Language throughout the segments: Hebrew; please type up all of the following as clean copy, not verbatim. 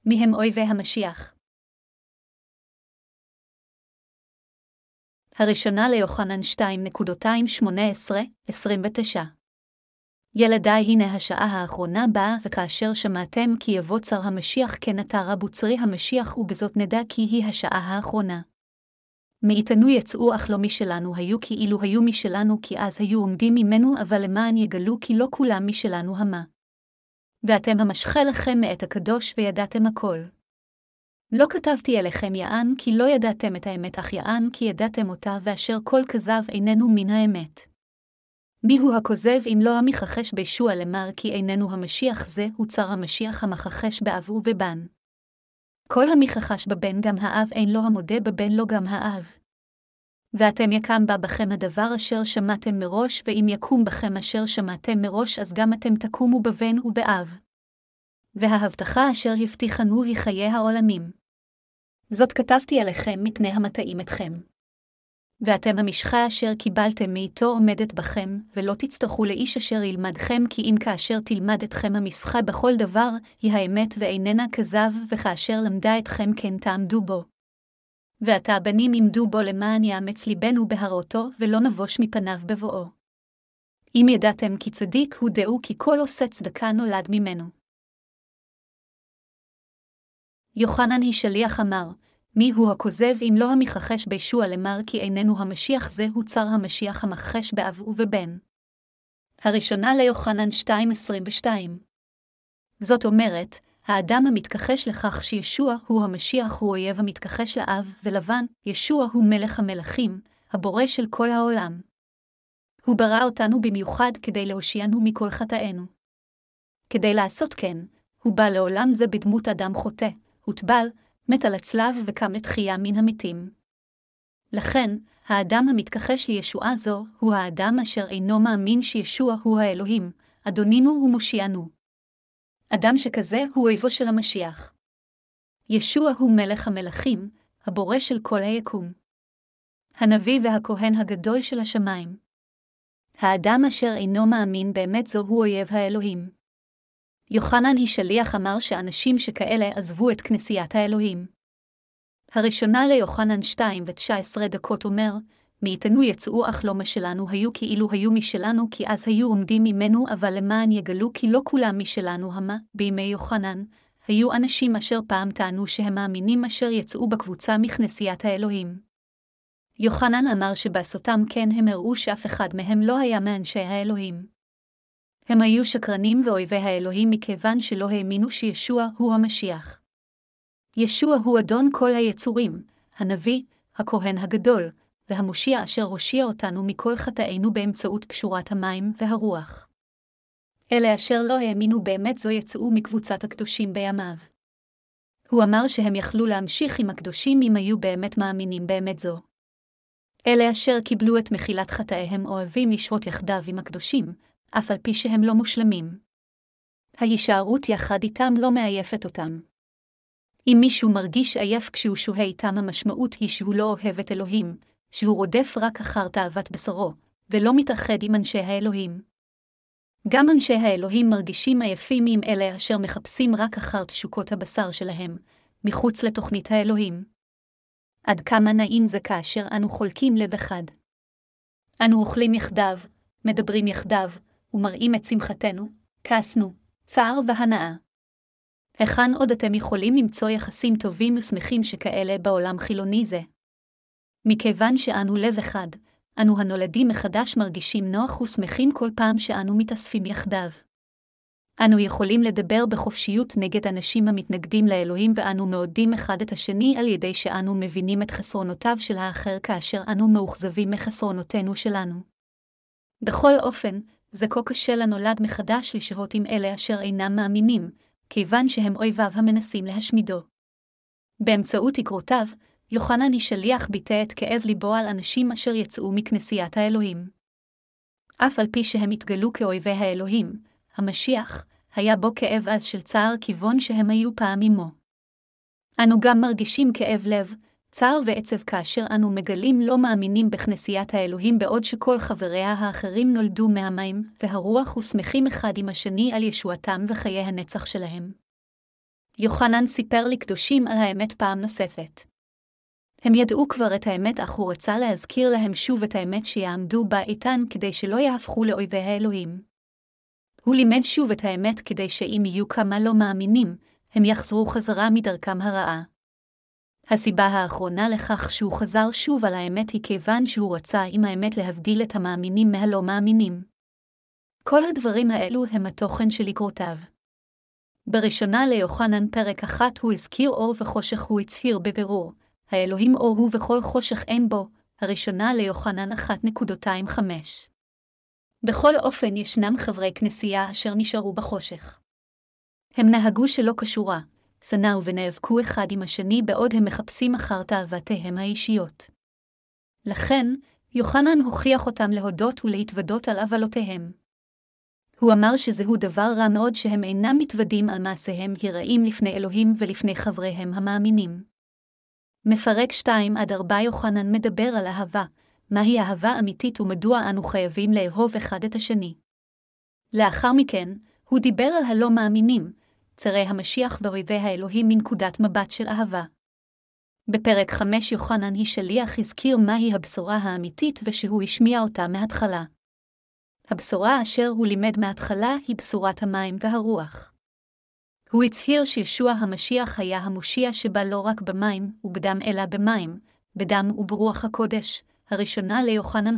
מי הם אויבי המשיח? הראשונה ליוחנן 2:18-29. ילדיי, הנה השעה האחרונה באה, וכאשר שמעתם כי יבוא צר המשיח כן עתה רבו צרי המשיח, ובזאת נדע כי היא השעה האחרונה. מאיתנו יצאו אך לא משלנו היו, כאילו היו משלנו, כי אז היו עומדים ממנו, אבל למען יגלו כי לא כולם משלנו המה. ואתם המשחה לכם מאת הקדוש וידעתם הכל. לא כתבתי אליכם יען כי לא ידעתם את האמת, אך יען כי ידעתם אותה, ואשר כל כזב איננו מן האמת. מיהו הכוזב אם לא המכחש בישוע, למר כי איננו המשיח, זה הוא צר המשיח המכחש באב ובבן. כל המכחש בבן גם האב אין לו, המודה בבן לא גם האב. ואתם יקם בה בכם הדבר אשר שמעתם מראש, ואם יקום בכם אשר שמעתם מראש, אז גם אתם תקומו בבן ובאב. וההבטחה אשר הבטיחנו היא חיי העולמים. זאת כתבתי עליכם מפני המטעים אתכם. ואתם המשחה אשר קיבלתם מאיתו עומדת בכם, ולא תצטרכו לאיש אשר ילמדכם, כי אם כאשר תלמד אתכם המשחה בכל דבר, היא האמת ואיננה כזב, וכאשר למדה אתכם כן תעמדו בו. ועתה בנים עמדו בו למען יאמץ ליבנו בהראותו, ולא נבוש מפניו בבואו. אם ידעתם כי צדיק הוא, דעו כי כל עושה צדקה נולד ממנו. יוחנן השליח אמר, מי הוא הכוזב אם לא המכחש בישוע, למר כי איננו המשיח, זה הוא צר המשיח המכחש באב ובבן. הראשונה ליוחנן 2:22. זאת אומרת, האדם המתכחש לכך שישוע הוא המשיח הוא אויב המתכחש לאב ולבן. ישוע הוא מלך המלכים, הבורא של כל העולם. הוא ברא אותנו במיוחד כדי להושיענו מכל חטאינו. כדי לעשות כן, הוא בא לעולם זה בדמות אדם חוטא, הוטבל, מת על הצלב וקם לתחייה מן המתים. לכן, האדם המתכחש לישועה זו הוא האדם אשר אינו מאמין שישוע הוא האלוהים, אדונינו ומושיענו. אדם שכזה הוא אויבו של המשיח. ישוע הוא מלך המלכים, הבורא של כל היקום. הנביא והכהן הגדול של השמיים. האדם אשר אינו מאמין באמת זו הוא אויב האלוהים. יוחנן השליח אמר שאנשים שכאלה עזבו את כנסיית האלוהים. הראשונה ליוחנן 2:19 אומר, מאיתנו יצאו אך לא משלנו היו, כאילו היו משלנו, כי אז היו עומדים ממנו, אבל למען יגלו כי לא כולם משלנו המה. בימי יוחנן, היו אנשים אשר פעם טענו שהם מאמינים אשר יצאו בקבוצה מכנסיית האלוהים. יוחנן אמר שבעשותם כן הם הראו שאף אחד מהם לא היה מאנשי האלוהים. הם היו שקרנים ואויבי האלוהים מכיוון שלא האמינו שישוע הוא המשיח. ישוע הוא אדון כל היצורים, הנביא, הכהן הגדול, והמושיע אשר הושיע אותנו מכל חטאינו באמצעות קשורת המים והרוח. אלה אשר לא האמינו באמת זו יצאו מקבוצת הקדושים בימיו. הוא אמר שהם יכלו להמשיך עם הקדושים אם היו באמת מאמינים באמת זו. אלה אשר קיבלו את מחילת חטאיהם אוהבים לשהות יחדיו עם הקדושים, אף על פי שהם לא מושלמים. ההישארות יחד איתם לא מעייפת אותם. אם מישהו מרגיש עייף כשהוא שוהה איתם, המשמעות היא שהוא לא אוהב את אלוהים, שהוא רודף רק אחר תאוות בשרו, ולא מתאחד עם אנשי האלוהים. גם אנשי האלוהים מרגישים עייפים עם אלה אשר מחפשים רק אחר תשוקות הבשר שלהם, מחוץ לתוכנית האלוהים. עד כמה נעים זה כאשר אנו חולקים לב אחד. אנו אוכלים יחדיו, מדברים יחדיו, ומראים את שמחתנו, כעסנו, צער והנאה. היכן עוד אתם יכולים למצוא יחסים טובים ושמחים שכאלה בעולם חילוני זה? מכיוון שאנו לב אחד, אנו הנולדים מחדש מרגישים נוח ושמחים כל פעם שאנו מתאספים יחדיו. אנו יכולים לדבר בחופשיות נגד אנשים המתנגדים לאלוהים, ואנו מעודדים אחד את השני על ידי שאנו מבינים את חסרונותיו של האחר כאשר אנו מאוכזבים מחסרונותינו שלנו. בכל אופן, זה כה קשה לנולד מחדש לשהות עם אלה אשר אינם מאמינים, כיוון שהם אויביו המנסים להשמידו. באמצעות עקרותיו, יוחנן השליח ביטא את כאב ליבו על אנשים אשר יצאו מכנסיית האלוהים. אף על פי שהם התגלו כאויבי האלוהים, המשיח היה בו כאב עז של צער כיוון שהם היו פעם עמו. אנו גם מרגישים כאב לב, צער ועצב כאשר אנו מגלים לא מאמינים בכנסיית האלוהים, בעוד שכל חבריה האחרים נולדו מהמים והרוח ושמחים אחד עם השני על ישועתם וחיי הנצח שלהם. יוחנן סיפר לקדושים על האמת פעם נוספת. הם ידעו כבר את האמת, אך הוא רצה להזכיר להם שוב את האמת שיעמדו בה איתן כדי שלא יהפכו לאויבי האלוהים. הוא לימד שוב את האמת כדי שאם יהיו כמה לא מאמינים, הם יחזרו חזרה מדרכם הרעה. הסיבה האחרונה לכך שהוא חזר שוב על האמת היא כיוון שהוא רצה עם האמת להבדיל את המאמינים מהלא מאמינים. כל הדברים האלו הם התוכן של לקרותיו. בראשונה ליוחנן פרק 1 הוא הזכיר אור וחושך, הוא הצהיר בבירור, האלוהים אור הוא וכל חושך אין בו, הראשונה ליוחנן 1.25. בכל אופן ישנם חברי כנסייה אשר נשארו בחושך. הם נהגו שלא קשורה, שנאו ונאבקו אחד עם השני בעוד הם מחפשים אחר תאוותיהם האישיות. לכן, יוחנן הוכיח אותם להודות ולהתוודות על עוולותיהם. הוא אמר שזהו דבר רע מאוד שהם אינם מתוודים על מעשיהם הרעים לפני אלוהים ולפני חבריהם המאמינים. מפרק 2-4 יוחנן מדבר על אהבה, מהי אהבה אמיתית ומדוע אנו חייבים לאהוב אחד את השני. לאחר מכן, הוא דיבר על הלא מאמינים, צרי המשיח ואויבי האלוהים מנקודת מבט של אהבה. בפרק 5 יוחנן השליח הזכיר מהי הבשורה האמיתית ושהוא השמיע אותה מההתחלה. הבשורה אשר הוא לימד מההתחלה היא בשורת המים והרוח. הוא הצהיר שישוע המשיח היה המושיע שבא לא רק במים ובדם אלא במים, בדם וברוח הקודש, הראשונה ליוחנן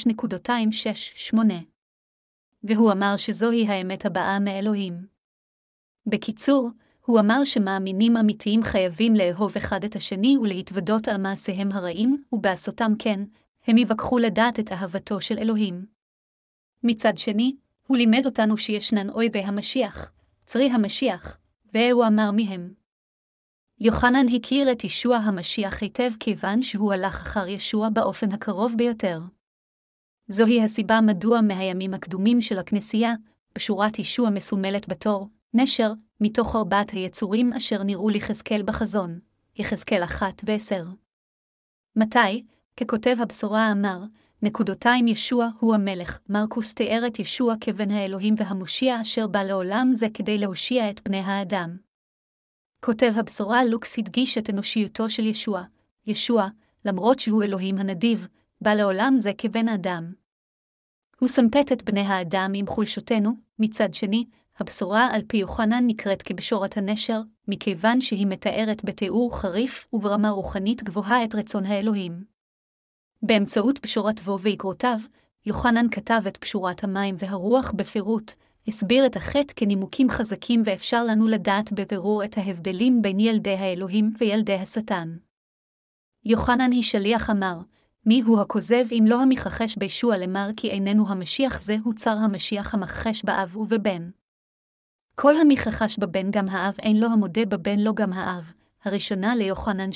5.268. והוא אמר שזוהי האמת הבאה מאלוהים. בקיצור, הוא אמר שמאמינים אמיתיים חייבים לאהוב אחד את השני ולהתוודות על מעשיהם הרעים, ובעשותם כן, הם יבקחו לדעת את אהבתו של אלוהים. מצד שני, הוא לימד אותנו שישנן אויבי המשיח, צרי המשיח, והוא אמר מהם. יוחנן הכיר את ישוע המשיח היטב כיוון שהוא הלך אחר ישוע באופן הקרוב ביותר. זוהי הסיבה מדוע מהימים הקדומים של הכנסייה, בשורת ישוע מסומלת בתור נשר, מתוך 4 היצורים אשר נראו ליחזקאל בחזון, יחזקאל 1:10. מתי, ככותב הבשורה אמר, ישוע הוא המלך, מרקוס תיאר את ישוע כבן האלוהים והמושיע אשר בא לעולם זה כדי להושיע את בני האדם. כותב הבשורה לוקס הדגיש את אנושיותו של ישוע. ישוע, למרות שהוא אלוהים הנדיב, בא לעולם זה כבן אדם. הוא סמפת את בני האדם עם חולשותנו. מצד שני, הבשורה על פי יוחנן נקראת כבשורת הנשר, מכיוון שהיא מתארת בתיאור חריף וברמה רוחנית גבוהה את רצון האלוהים. באמצעות בשורתו ויקרותיו, יוחנן כתב את בשורת המים והרוח בפירוט, הסביר את החטא כנימוקים חזקים ואפשר לנו לדעת בבירור את ההבדלים בין ילדי האלוהים וילדי השטן. יוחנן השליח אמר, מי הוא הכוזב אם לא המכחש בישוע למר כי איננו המשיח זהו צר המשיח המכחש באב ובבן. כל המכחש בבן גם האב אין לו המודה בבן לא גם האב, הראשונה ליוחנן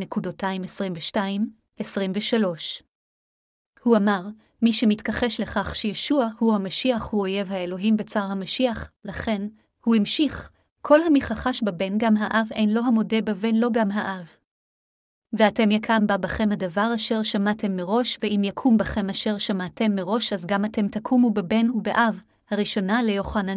2.22-23. הוא אמר, מי שמתכחש לכך שישוע הוא המשיח הוא אויב האלוהים בצר המשיח, לכן, הוא המשיך, כל המכחש בבן גם האב אין לו המודה בבן לא גם האב. ואתם יקם בה בכם הדבר אשר שמעתם מראש, ואם יקום בכם אשר שמעתם מראש אז גם אתם תקומו בבן ובאב, הראשונה ליוחנן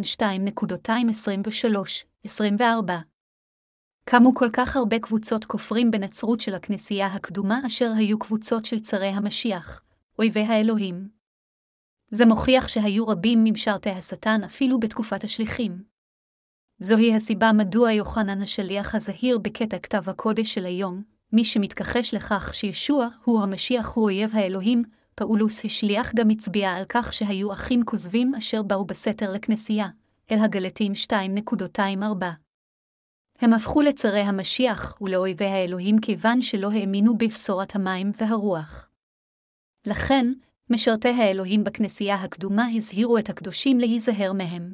2.23-24. קמו כל כך הרבה קבוצות כופרים בנצרות של הכנסייה הקדומה אשר היו קבוצות של צרי המשיח, אויבי האלוהים. זה מוכיח שהיו רבים ממשרתי השטן אפילו בתקופת השליחים. זוהי הסיבה מדוע יוחנן השליח הזהיר בקטע כתב הקודש של היום, מי שמתכחש לכך שישוע הוא המשיח הוא אויב האלוהים. פאולוס השליח גם הצביע על כך שהיו אחים כוזבים אשר באו בסתר לכנסייה, אל הגלתים 2.24. הם הפכו לצרי המשיח ולאויבי האלוהים כיוון שלא האמינו בבשורת המים והרוח. לכן, משרתי האלוהים בכנסייה הקדומה הזהירו את הקדושים להיזהר מהם.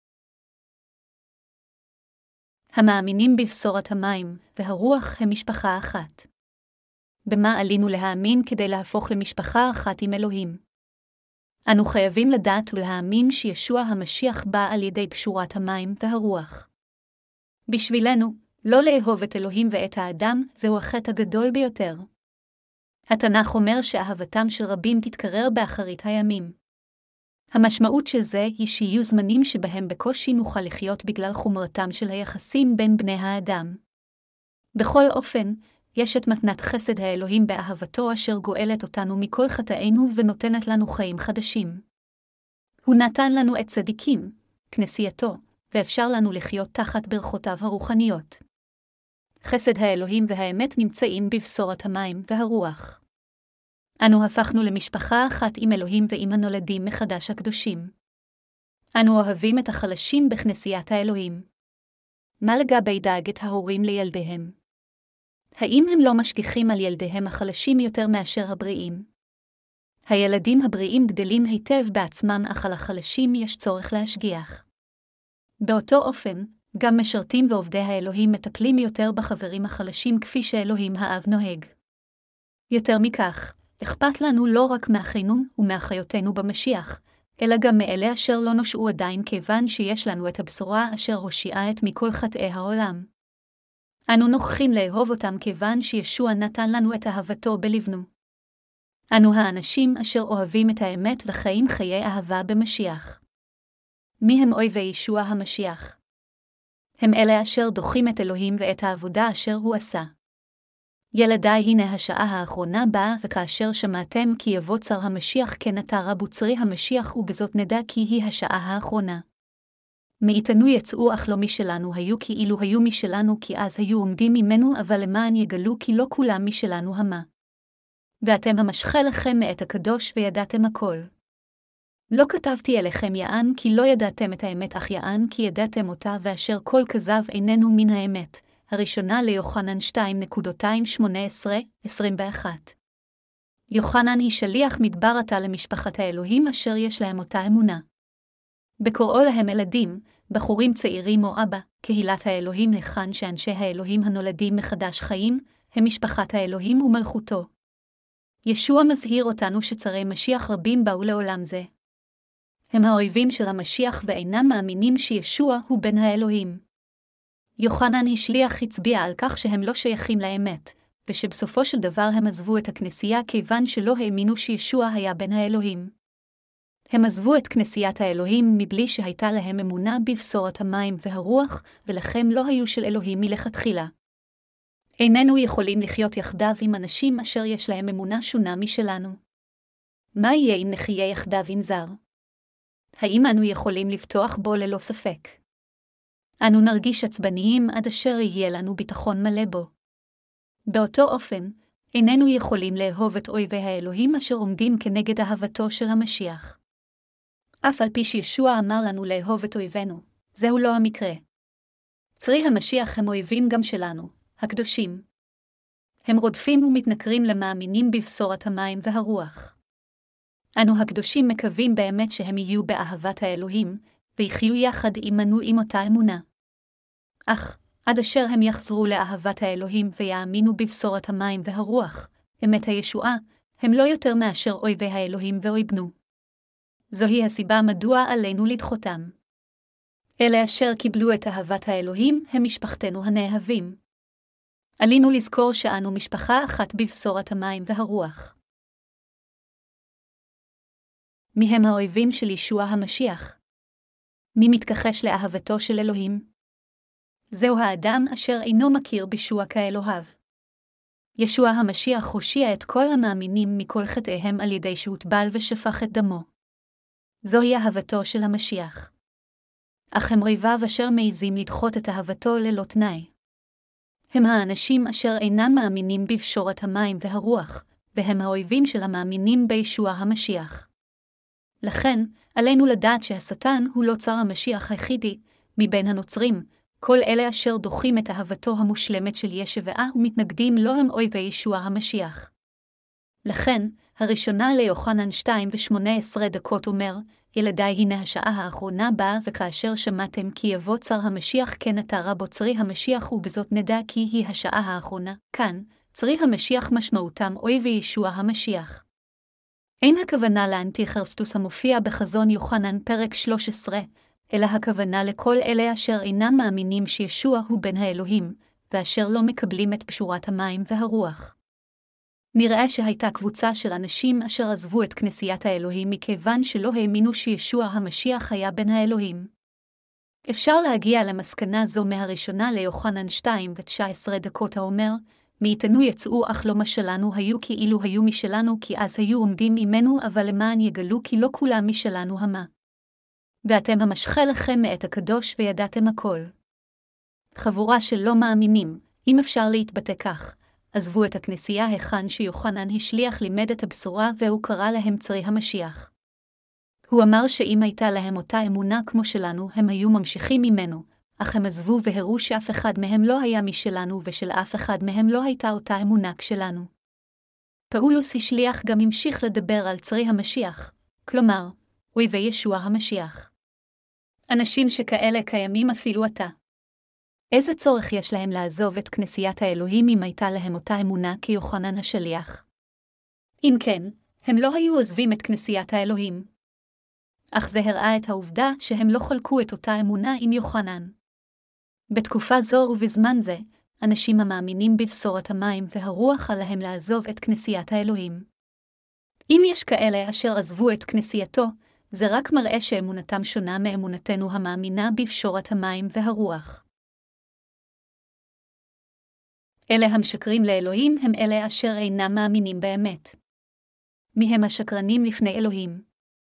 המאמינים בבשורת המים והרוח הם משפחה אחת. במה עלינו להאמין כדי להפוך למשפחה אחת עם אלוהים? אנו חייבים לדעת ולהאמין שישוע המשיח בא על ידי בשורת המים והרוח. בשבילנו, לא לאהוב את אלוהים ואת האדם, זהו החטא הגדול ביותר. התנ"ך אומר שאהבתם של רבים תתקרר באחרית הימים. המשמעות של זה היא שיהיו זמנים שבהם בקושי נוכל לחיות בגלל חומרתם של היחסים בין בני האדם. בכל אופן, יש את מתנת חסד האלוהים באהבתו אשר גואלת אותנו מכל חטאינו ונותנת לנו חיים חדשים. הוא נתן לנו את צדיקים, כנסייתו, ואפשר לנו לחיות תחת ברכותיו הרוחניות. חסד האלוהים והאמת נמצאים בבשורת המים והרוח. אנו הפכנו למשפחה אחת עם אלוהים ועם הנולדים מחדש הקדושים. אנו אוהבים את החלשים בכנסיית האלוהים. מה לגבי דאגת ההורים לילדיהם? האם הם לא משגיחים על ילדיהם החלשים יותר מאשר הבריאים? הילדים הבריאים גדלים היטב בעצמם, אך על החלשים יש צורך להשגיח. באותו אופן, גם משרתים ועובדי האלוהים מטפלים יותר בחברים החלשים כפי שאלוהים האב נוהג. יותר מכך, אכפת לנו לא רק מאחינו ומאחיותינו במשיח, אלא גם מאלה אשר לא נושעו עדיין, כיוון שיש לנו את הבשורה אשר הושיעה את מכל חטאי העולם. אנו נוכחים לאהוב אותם כיוון שישוע נתן לנו את אהבתו בלבנו. אנו האנשים אשר אוהבים את האמת וחיים חיי אהבה במשיח. מי הם אויבי ישוע המשיח? הם אלה אשר דוחים את אלוהים ואת העבודה אשר הוא עשה. ילדיי, הנה השעה האחרונה באה, וכאשר שמעתם כי יבוא צר המשיח, כן עתה רבו צרי המשיח, ובזאת נדע כי היא השעה האחרונה. מאיתנו יצאו אך לא משלנו היו, כי אילו היו משלנו כי אז היו עומדים ממנו, אבל למען יגלו כי לא כולם משלנו המה. ואתם המשכה לכם מאת הקדוש וידעתם הכל. לא כתבתי אליכם יען כי לא ידעתם את האמת, אך יען כי ידעתם אותה, ואשר כל כזב איננו מן האמת. הראשונה ליוחנן 2:18-21. יוחנן היא שליח מדבר עתה למשפחת האלוהים אשר יש להם אותה אמונה. בקוראו להם ילדים, בחורים צעירים או אבא, קהילת האלוהים, היכן שאנשי האלוהים הנולדים מחדש חיים, הם משפחת האלוהים ומלכותו. ישוע מזהיר אותנו שצרי משיח רבים באו לעולם זה. הם האויבים של המשיח ואינם מאמינים שישוע הוא בן האלוהים. יוחנן השליח הצביע על כך שהם לא שייכים לאמת, ושבסופו של דבר הם עזבו את הכנסייה כיוון שלא האמינו שישוע היה בן האלוהים. הם עזבו את כנסיית האלוהים מבלי שהייתה להם אמונה בבשורת המים והרוח, ולכן לא היו של אלוהים מלכתחילה. איננו יכולים לחיות יחדיו עם אנשים אשר יש להם אמונה שונה משלנו. מה יהיה אם נחיה יחדיו עם זר? האם אנו יכולים לבטוח בו ללא ספק? אנו נרגיש עצבניים עד אשר יהיה לנו ביטחון מלא בו. באותו אופן, איננו יכולים לאהוב את אויבי האלוהים אשר עומדים כנגד אהבתו של המשיח. אף על פי שישוע אמר לנו לאהוב את אויבינו, זהו לא המקרה. צרי המשיח הם אויבים גם שלנו, הקדושים. הם רודפים ומתנכרים למאמינים בבשורת המים והרוח. אנו הקדושים מקווים באמת שהם יהיו באהבת האלוהים, ויחיו יחד עמנו עם אותה אמונה. אך, עד אשר הם יחזרו לאהבת האלוהים ויאמינו בבשורת המים והרוח, אמת הישועה, הם לא יותר מאשר אויבי האלוהים ואויבנו. זוהי הסיבה מדוע עלינו לדחותם. אלה אשר קיבלו את אהבת האלוהים הם משפחתנו הנאהבים. עלינו לזכור שאנו משפחה אחת בבשורת המים והרוח. מי הם האויבים של ישוע המשיח? מי מתכחש לאהבתו של אלוהים? זהו האדם אשר אינו מכיר בישוע כאלוהיו. ישוע המשיח הושיע את כל המאמינים מכל חטאיהם על ידי שהוטבל ושפך את דמו. זוהי אהבתו של המשיח. אך הם אויביו אשר מעיזים לדחות את אהבתו ללא תנאי. הם האנשים אשר אינם מאמינים בבשורת המים והרוח, והם האויבים של המאמינים בישוע המשיח. לכן, עלינו לדעת שהשטן הוא לא צר המשיח היחידי, מבין הנוצרים, כל אלה אשר דוחים את אהבתו המושלמת של ישוע ומתנגדים לו הם אויבי ישוע המשיח. לכן, הראשונה ליוחנן 2:18 אומר, ילדיי, הנה השעה האחרונה באה, וכאשר שמעתם כי יבוא צר המשיח, כן עתה רבו צרי המשיח, ובזאת נדע כי היא השעה האחרונה. כאן, צרי המשיח משמעותם אויבי ישוע המשיח. אין הכוונה לאנטיכריסטוס המופיע בחזון יוחנן פרק 13, אלא הכוונה לכל אלה אשר אינם מאמינים שישוע הוא בן האלוהים, ואשר לא מקבלים את בשורת המים והרוח. נראה שהייתה קבוצה של אנשים אשר עזבו את כנסיית האלוהים מכיוון שלא האמינו שישוע המשיח היה בן האלוהים. אפשר להגיע למסקנה זו מהראשונה ליוחנן 2:19 האומר, מאיתנו יצאו אך לא משלנו היו כאילו היו משלנו כי אז היו עומדים עמנו אבל למען יגלו כי לא כולם משלנו המה. ואתם המשכה לכם מאת הקדוש וידעתם הכל. חבורה של לא מאמינים, אם אפשר להתבטא כך, עזבו את הכנסייה היכן שיוחנן השליח לימד את הבשורה והוא קרא להם צרי המשיח. הוא אמר שאם הייתה להם אותה אמונה כמו שלנו, הם היו ממשיכים ממנו, אך הם עזבו והראו שאף אחד מהם לא היה משלנו ושל אף אחד מהם לא הייתה אותה אמונה כשלנו. פאולוס השליח גם המשיך לדבר על צרי המשיח, כלומר, אויבי ישוע המשיח. אנשים שכאלה קיימים אפילו עתה. איזה צורך יש להם לעזוב את כנסיית האלוהים אם הייתה להם אותה אמונה כיוחנן השליח? אם כן, הם לא היו עוזבים את כנסיית האלוהים. אך זה הראה את העובדה שהם לא חלקו את אותה אמונה עם יוחנן. בתקופה זו ובזמן זה, אנשים המאמינים בבשורת המים והרוח עליהם לעזוב את כנסיית האלוהים. אם יש כאלה אשר עזבו את כנסייתו, זה רק מראה שאמונתם שונה מאמונתנו המאמינה בבשורת המים והרוח. אלה המשקרים לאלוהים הם אלה אשר אינם מאמינים באמת. מי הם השקרנים לפני אלוהים?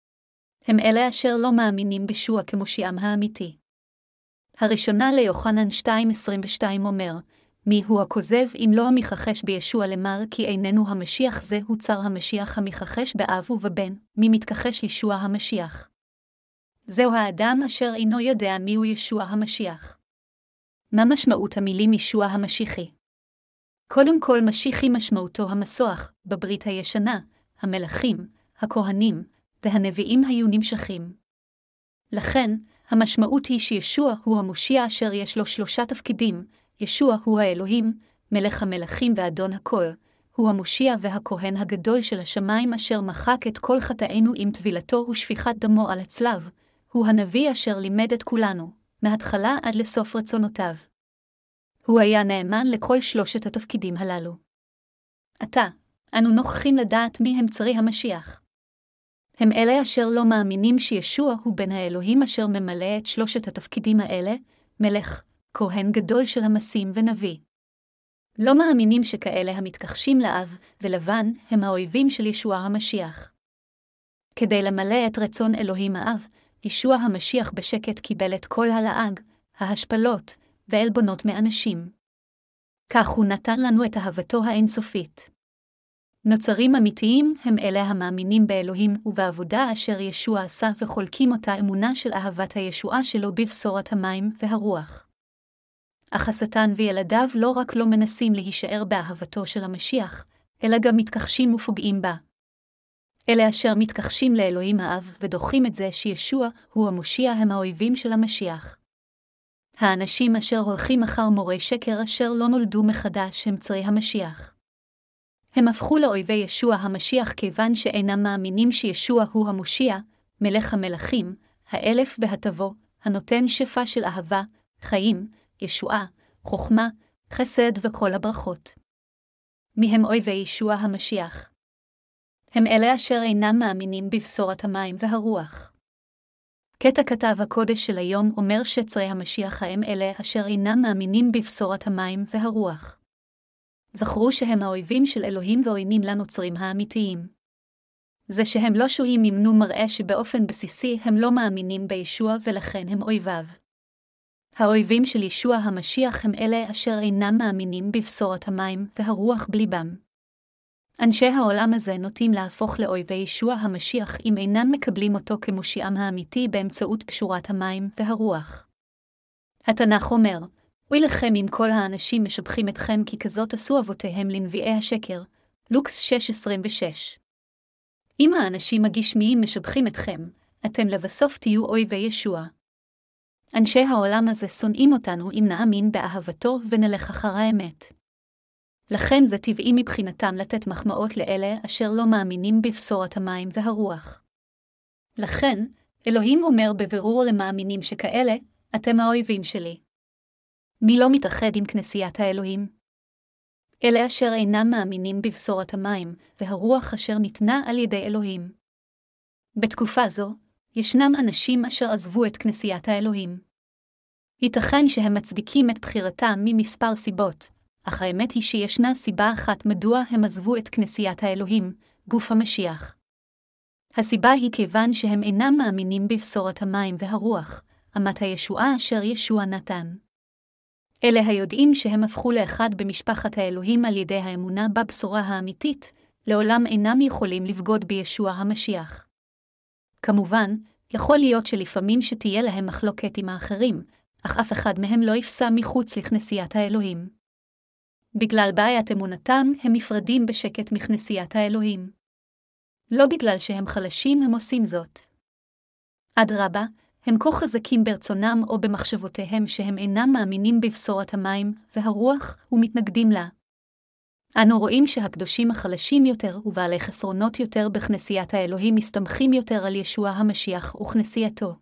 הם אלה אשר לא מאמינים בישוע כמושיעם האמיתי. הראשונה ליוחנן 2:22 אומר, מי הוא הכוזב אם לא המכחש בישוע למר כי איננו המשיח זה הוא צר המשיח המכחש באב ובבן, מי מתכחש ישוע המשיח. זהו האדם אשר אינו יודע מיהו ישוע המשיח. מה משמעות המילים ישוע המשיחי? קודם כל משיחי משמעותו המסוח, בברית הישנה, המלכים, הכהנים, והנביאים היו נמשכים. לכן, המשמעות היא שישוע הוא המושיע אשר יש לו 3 תפקידים, ישוע הוא האלוהים, מלך המלכים ואדון הכל, הוא המושיע והכהן הגדול של השמיים אשר מחק את כל חטאינו עם טבילתו ושפיכת דמו על הצלב, הוא הנביא אשר לימד את כולנו, מההתחלה עד לסוף רצונותיו. הוא היה נאמן לכל 3 התפקידים הללו. עתה, אנו נוכחים לדעת מי הם צרי המשיח. הם אלה אשר לא מאמינים שישוע הוא בן האלוהים אשר ממלא את 3 התפקידים האלה, מלך, כהן גדול של המסים ונביא. לא מאמינים שכאלה המתכחשים לאב ולבן הם האויבים של ישוע המשיח. כדי למלא את רצון אלוהים האב, ישוע המשיח בשקט קיבל את כל הלעג, ההשפלות ועלבונות מאנשים. כך הוא נתן לנו את אהבתו האינסופית. נוצרים אמיתיים הם אלה המאמינים באלוהים ובעבודה אשר ישוע עשה וחולקים אותה אמונה של אהבת הישועה שלו בבשורת המים והרוח. אך השטן וילדיו לא רק לא מנסים להישאר באהבתו של המשיח, אלא גם מתכחשים ופוגעים בה. אלה אשר מתכחשים לאלוהים האב ודוחים את זה שישוע הוא המושיע הם האויבים של המשיח. האנשים אשר הולכים אחר מורי שקר אשר לא נולדו מחדש הם צרי המשיח. הם הפכו לאויבי ישוע המשיח כיוון שאינם מאמינים שישוע הוא המושיע, מלך המלכים, האלף בהטבו, הנותן שפע של אהבה, חיים, ישועה, חוכמה, חסד וכל הברכות. מי הם אויבי ישוע המשיח? הם אלה אשר אינם מאמינים בבשורת המים והרוח. קטע כתב הקודש של היום אומר שצרי המשיח הם אלה אשר אינם מאמינים בבשורת המים והרוח. זכרו שהם האויבים של אלוהים ועוינים לנוצרים האמיתיים. זה שהם לא שוהים ממנו מראה שבאופן בסיסי הם לא מאמינים בישוע ולכן הם אויביו. האויבים של ישוע המשיח הם אלה אשר אינם מאמינים בבשורת המים והרוח בליבם. אנשי העולם הזה נוטים להפוך לאויבי ישוע המשיח אם אינם מקבלים אותו כמושיעם האמיתי באמצעות פשורת המים והרוח. התנ"ך אומר, אוי לכם אם כל האנשים משבחים אתכם כי כזאת עשו אבותיהם לנביאי השקר, לוקס 6:26. אם האנשים הגשמיים משבחים אתכם, אתם לבסוף תהיו אויבי ישוע. אנשי העולם הזה שונאים אותנו אם נאמין באהבתו ונלך אחר האמת. לכן זה טבעי מבחינתם לתת מחמאות לאלה אשר לא מאמינים בבשורת המים והרוח. לכן, אלוהים אומר בבירור למאמינים שכאלה, אתם האויבים שלי. מי לא מתאחד עם כנסיית האלוהים? אלה אשר אינם מאמינים בבשורת המים, והרוח אשר ניתנה על ידי אלוהים. בתקופה זו, ישנם אנשים אשר עזבו את כנסיית האלוהים. ייתכן שהם מצדיקים את בחירתם ממספר סיבות, אך האמת היא שישנה סיבה אחת מדוע הם עזבו את כנסיית האלוהים, גוף המשיח. הסיבה היא כיוון שהם אינם מאמינים בבשורת המים והרוח, אמת הישועה אשר ישוע נתן. אלה היודעים שהם הפכו לאחד במשפחת האלוהים על ידי האמונה בבשורה האמיתית, לעולם אינם יכולים לבגוד בישוע המשיח. כמובן, יכול להיות שלפעמים שתהיה להם מחלוקת עם האחרים, אך אף אחד מהם לא יפסע מחוץ לכנסיית האלוהים. בגלל בעיית אמונתם, הם נפרדים בשקט מכנסיית האלוהים. לא בגלל שהם חלשים הם עושים זאת. אדרבה, הם כה חזקים ברצונם או במחשבותיהם שהם אינם מאמינים בבשורת המים והרוח ומתנגדים לה. אנו רואים שהקדושים החלשים יותר ובעלי חסרונות יותר בכנסיית האלוהים מסתמכים יותר על ישוע המשיח וכנסייתו.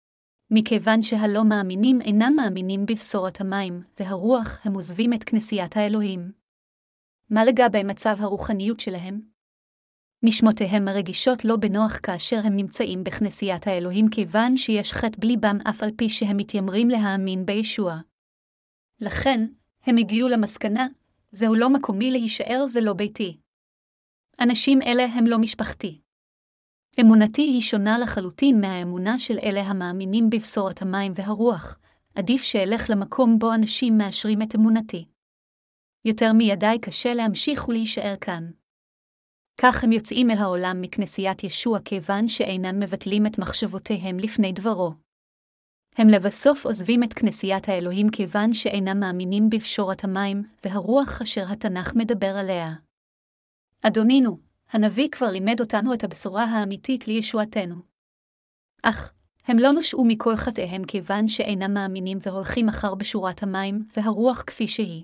מכיוון שהלא מאמינים אינם מאמינים בבשורת המים והרוח, הם עוזבים את כנסיית האלוהים. מה לגבי מצב הרוחניות שלהם? נשמותיהם הרגישות לא בנוח כאשר הם נמצאים בכנסיית האלוהים כיוון שיש חטא בליבם אף על פי שהם מתיימרים להאמין בישוע. לכן, הם הגיעו למסקנה, זהו לא מקומי להישאר ולא ביתי. אנשים אלה הם לא משפחתי. אמונתי היא שונה לחלוטין מהאמונה של אלה המאמינים בבשורת המים והרוח. עדיף שאלך למקום בו אנשים מאשרים את אמונתי. יותר מידי קשה להמשיך ולהישאר כאן. כך הם יוצאים אל העולם מכנסיית ישוע כיוון שאינם מבטלים את מחשבותיהם לפני דברו. הם לבסוף עוזבים את כנסיית האלוהים כיוון שאינם מאמינים בבשורת המים והרוח אשר התנ"ך מדבר עליה. אדונינו, הנביא כבר לימד אותנו את הבשורה האמיתית לישועתנו. אך, הם לא נושעו מכל חטאיהם כיוון שאינם מאמינים והולכים אחר בשורת המים והרוח כפי שהיא.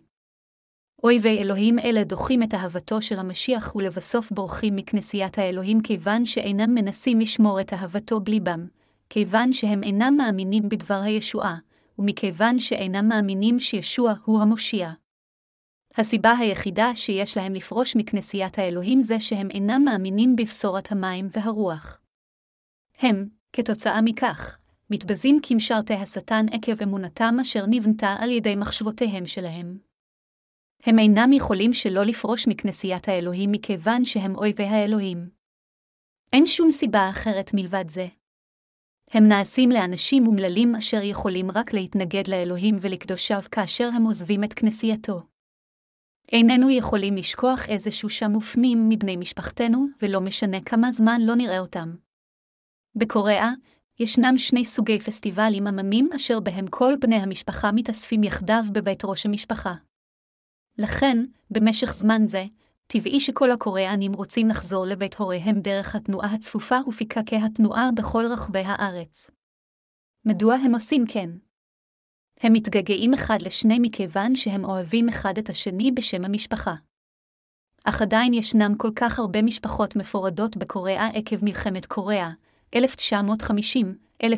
אויבי אלוהים אלה דוחים את אהבתו של המשיח ולבסוף בורחים מכנסיית האלוהים כיוון שאינם מנסים לשמור את אהבתו בליבם, כיוון שהם אינם מאמינים בדבר הישועה, ומכיוון שאינם מאמינים שישוע הוא המושיע. הסיבה היחידה שיש להם לפרוש מכנסיית האלוהים זה שהם אינם מאמינים בבשורת המים והרוח. הם, כתוצאה מכך, מתבזים כמשרתי השטן עקב אמונתם אשר נבנתה על ידי מחשבותיהם שלהם. הם אינם יכולים שלא לפרוש מכנסיית האלוהים מכיוון שהם אויבי האלוהים. אין שום סיבה אחרת מלבד זה. הם נעשים לאנשים אומללים אשר יכולים רק להתנגד לאלוהים ולקדושיו כאשר הם עוזבים את כנסייתו. איננו יכולים לשכוח איזשהו שם מופנים מבני משפחתנו ולא משנה כמה זמן לא נראה אותם. בקוריאה, ישנם שני סוגי פסטיבלים עממים אשר בהם כל בני המשפחה מתאספים יחדיו בבית ראש המשפחה. לכן, במשך זמן זה, טבעי שכל הקוריאנים רוצים לחזור לבית הוריהם דרך התנועה הצפופה ופיקקי התנועה בכל רחבי הארץ. מדוע הם עושים כן? הם מתגעגעים אחד לשני מכיוון שהם אוהבים אחד את השני בשם המשפחה. אך עדיין ישנם כל כך הרבה משפחות מפורדות בקוריאה עקב מלחמת קוריאה, 1950-1953.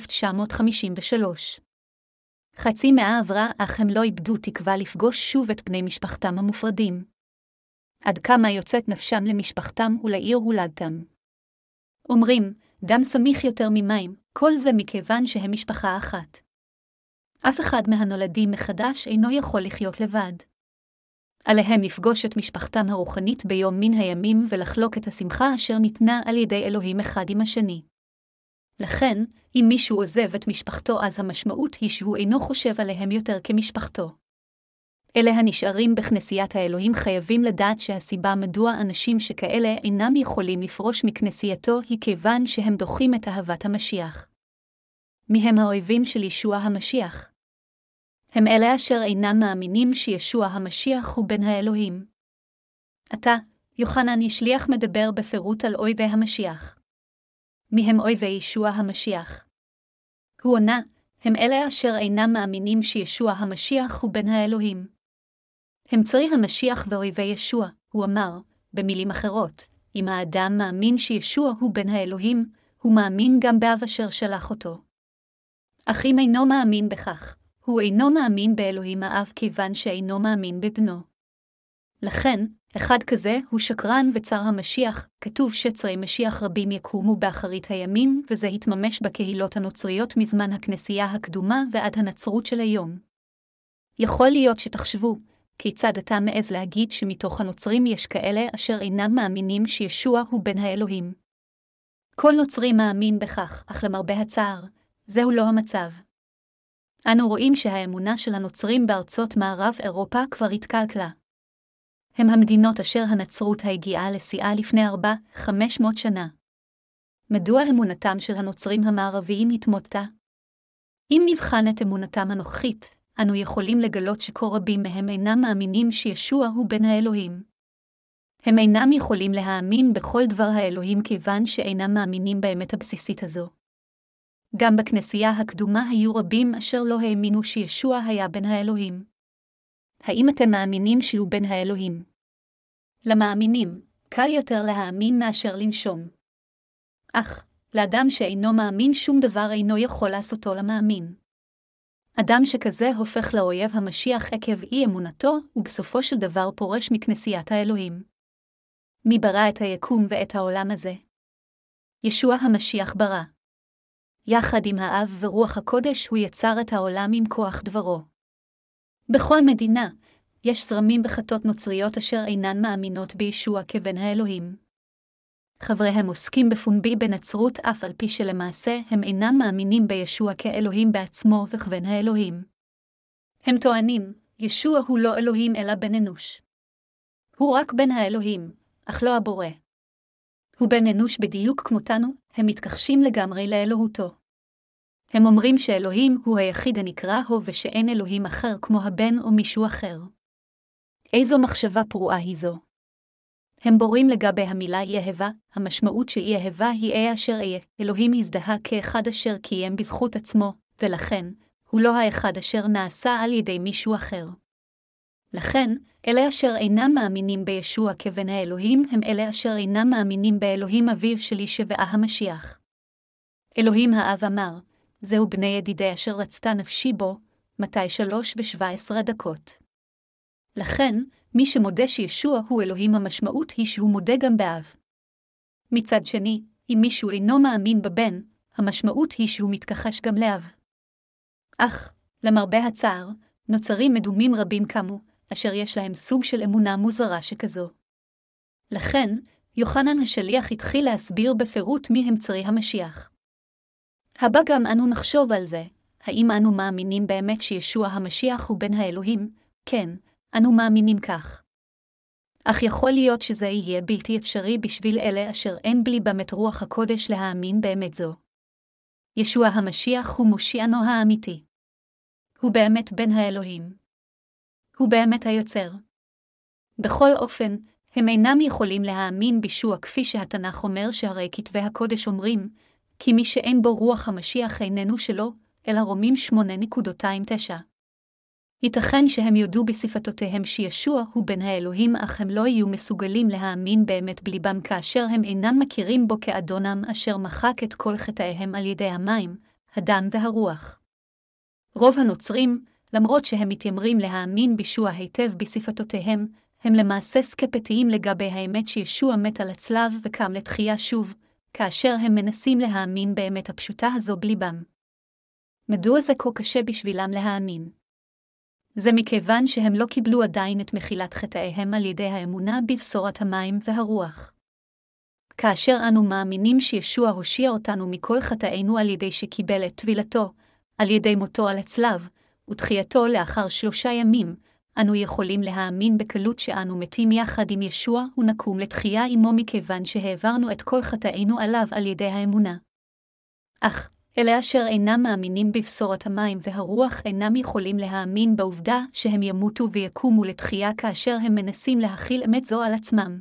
חצי מאה עברה, אך הם לא איבדו תקווה לפגוש שוב את בני משפחתם המופרדים. עד כמה יוצאת נפשם למשפחתם ולעיר הולדתם. אומרים, דם סמיך יותר ממים, כל זה מכיוון שהם משפחה אחת. אף אחד מהנולדים מחדש אינו יכול לחיות לבד. עליהם לפגוש את משפחתם הרוחנית ביום מן הימים ולחלוק את השמחה אשר ניתנה על ידי אלוהים אחד עם השני. לכן, אם מישהו עוזב את משפחתו אז המשמעות היא שהוא אינו חושב עליהם יותר כמשפחתו. אלה הנשארים בכנסיית האלוהים חייבים לדעת שהסיבה מדוע אנשים שכאלה אינם יכולים לפרוש מכנסייתו היא כיוון שהם דוחים את אהבת המשיח. מי הם האויבים של ישוע המשיח? הם אלה אשר אינם מאמינים שישוע המשיח הוא בן האלוהים. עתה, יוחנן השליח מדבר בפירוט על אויבי המשיח. מי הם אויבי ישוע המשיח? הוא עונה, הם אלה אשר אינם מאמינים שישוע המשיח הוא בן האלוהים. הם צרי המשיח ואויבי ישוע, הוא אמר, במילים אחרות, אם האדם מאמין שישוע הוא בן האלוהים, הוא מאמין גם באב אשר שלח אותו. אך אם אינו מאמין בכך, הוא אינו מאמין באלוהים האב כיוון שאינו מאמין בבנו. לכן, אחד כזה הוא שקרן וצר המשיח. כתוב שצרי משיח רבים יקומו באחרית הימים, וזה התממש בקהילות הנוצריות מזמן הכנסייה הקדומה ועד הנצרות של היום. יכול להיות שתחשבו, כיצד אתה מעז להגיד שמתוך הנוצרים יש כאלה אשר אינם מאמינים שישוע הוא בן האלוהים. כל נוצרי מאמין בכך, אך למרבה הצער, זהו לא המצב. אנו רואים שהאמונה של הנוצרים בארצות מערב אירופה כבר התקלקלה. הם המדינות אשר הנצרות הגיעה לשיאה לפני 400-500 שנה. מדוע אמונתם של הנוצרים המערביים התמוטטה? אם נבחן את אמונתם הנוכחית, אנו יכולים לגלות שכה רבים מהם אינם מאמינים שישוע הוא בן האלוהים. הם אינם יכולים להאמין בכל דבר האלוהים כיוון שאינם מאמינים באמת הבסיסית הזו. גם בכנסייה הקדומה היו רבים אשר לא האמינו שישוע היה בן האלוהים. האם אתם מאמינים שהוא בן האלוהים? למאמינים, קל יותר להאמין מאשר לנשום. אך, לאדם שאינו מאמין שום דבר אינו יכול לעשותו למאמין. אדם שכזה הופך לאויב המשיח עקב אי אמונתו, ובסופו של דבר פורש מכנסיית האלוהים. מי ברא את היקום ואת העולם הזה? ישוע המשיח ברא. יחד עם האב ורוח הקודש הוא יצר את העולם עם כוח דברו. בכל מדינה, יש זרמים וחתות נוצריות אשר אינן מאמינות בישוע כבן האלוהים. חבריהם עוסקים בפומבי בנצרות אף על פי שלמעשה הם אינם מאמינים בישוע כאלוהים בעצמו וכבן האלוהים. הם טוענים, ישוע הוא לא אלוהים אלא בן אנוש. הוא רק בן האלוהים, אך לא הבורא. הוא בן אנוש בדיוק כמותנו, הם מתכחשים לגמרי לאלוהותו. הם אומרים שאלוהים הוא היחיד הנקרא הוא ושאין אלוהים אחר כמו הבן או מישהו אחר. איזו מחשבה פרועה היא זו? הם בורים לגבי המילה יהבה, המשמעות של יהבה היא איה אשר איה, אלוהים הזדהה כאחד אשר קיים בזכות עצמו, ולכן, הוא לא האחד אשר נעשה על ידי מישהו אחר. לכן, אלה אשר אינם מאמינים בישוע כבן האלוהים הם אלה אשר אינם מאמינים באלוהים אביו של ישוע המשיח. אלוהים האב אמר, זהו בני ידידי אשר רצתה נפשי בו, מתי 3:17. לכן, מי שמודה שישוע הוא אלוהים המשמעות היא שהוא מודה גם באב. מצד שני, אם מישהו אינו מאמין בבן, המשמעות היא שהוא מתכחש גם לאב. אך, למרבה הצער, נוצרים מדומים רבים קמו, אשר יש להם סוג של אמונה מוזרה שכזו. לכן, יוחנן השליח התחיל להסביר בפירוט מי הם צרי המשיח. הבא גם אנו נחשוב על זה, האם אנו מאמינים באמת שישוע המשיח הוא בן האלוהים? כן, אנו מאמינים כך. אך יכול להיות שזה יהיה בלתי אפשרי בשביל אלה אשר אין בליבם את רוח הקודש להאמין באמת זו. ישוע המשיח הוא מושיענו האמיתי. הוא באמת בן האלוהים. הוא באמת היוצר. בכל אופן, הם אינם יכולים להאמין בישוע כפי שהתנ"ך אומר שהרי כתבי הקודש אומרים, כי מי שאין בו רוח המשיח איננו שלו, אלא רומים 8:9. ייתכן שהם יודו בשפתותיהם שישוע הוא בן האלוהים, אך הם לא יהיו מסוגלים להאמין באמת בליבם כאשר הם אינם מכירים בו כאדונם אשר מחק את כל חטאיהם על ידי המים, הדם והרוח. רוב הנוצרים, למרות שהם מתיימרים להאמין בישוע היטב בשפתותיהם, הם למעשה סקפטיים לגבי האמת שישוע מת על הצלב וקם לתחייה שוב, כאשר הם מנסים להאמין באמת הפשוטה הזו בליבם. מדוע זה כה קשה בשבילם להאמין? זה מכיוון שהם לא קיבלו עדיין את מחילת חטאיהם על ידי האמונה בבשורת המים והרוח. כאשר אנו מאמינים שישוע הושיע אותנו מכל חטאינו על ידי שקיבל את טבילתו, על ידי מותו על הצלב, ותחייתו לאחר 3 ימים, אנו יכולים להאמין בקלות שאנו מתים יחד עם ישוע ונקום לתחייה עמו מכיוון שהעברנו את כל חטאינו עליו על ידי האמונה. אך, אלה אשר אינם מאמינים בבשורת המים והרוח אינם יכולים להאמין בעובדה שהם ימותו ויקומו לתחייה כאשר הם מנסים להכיל אמת זו על עצמם.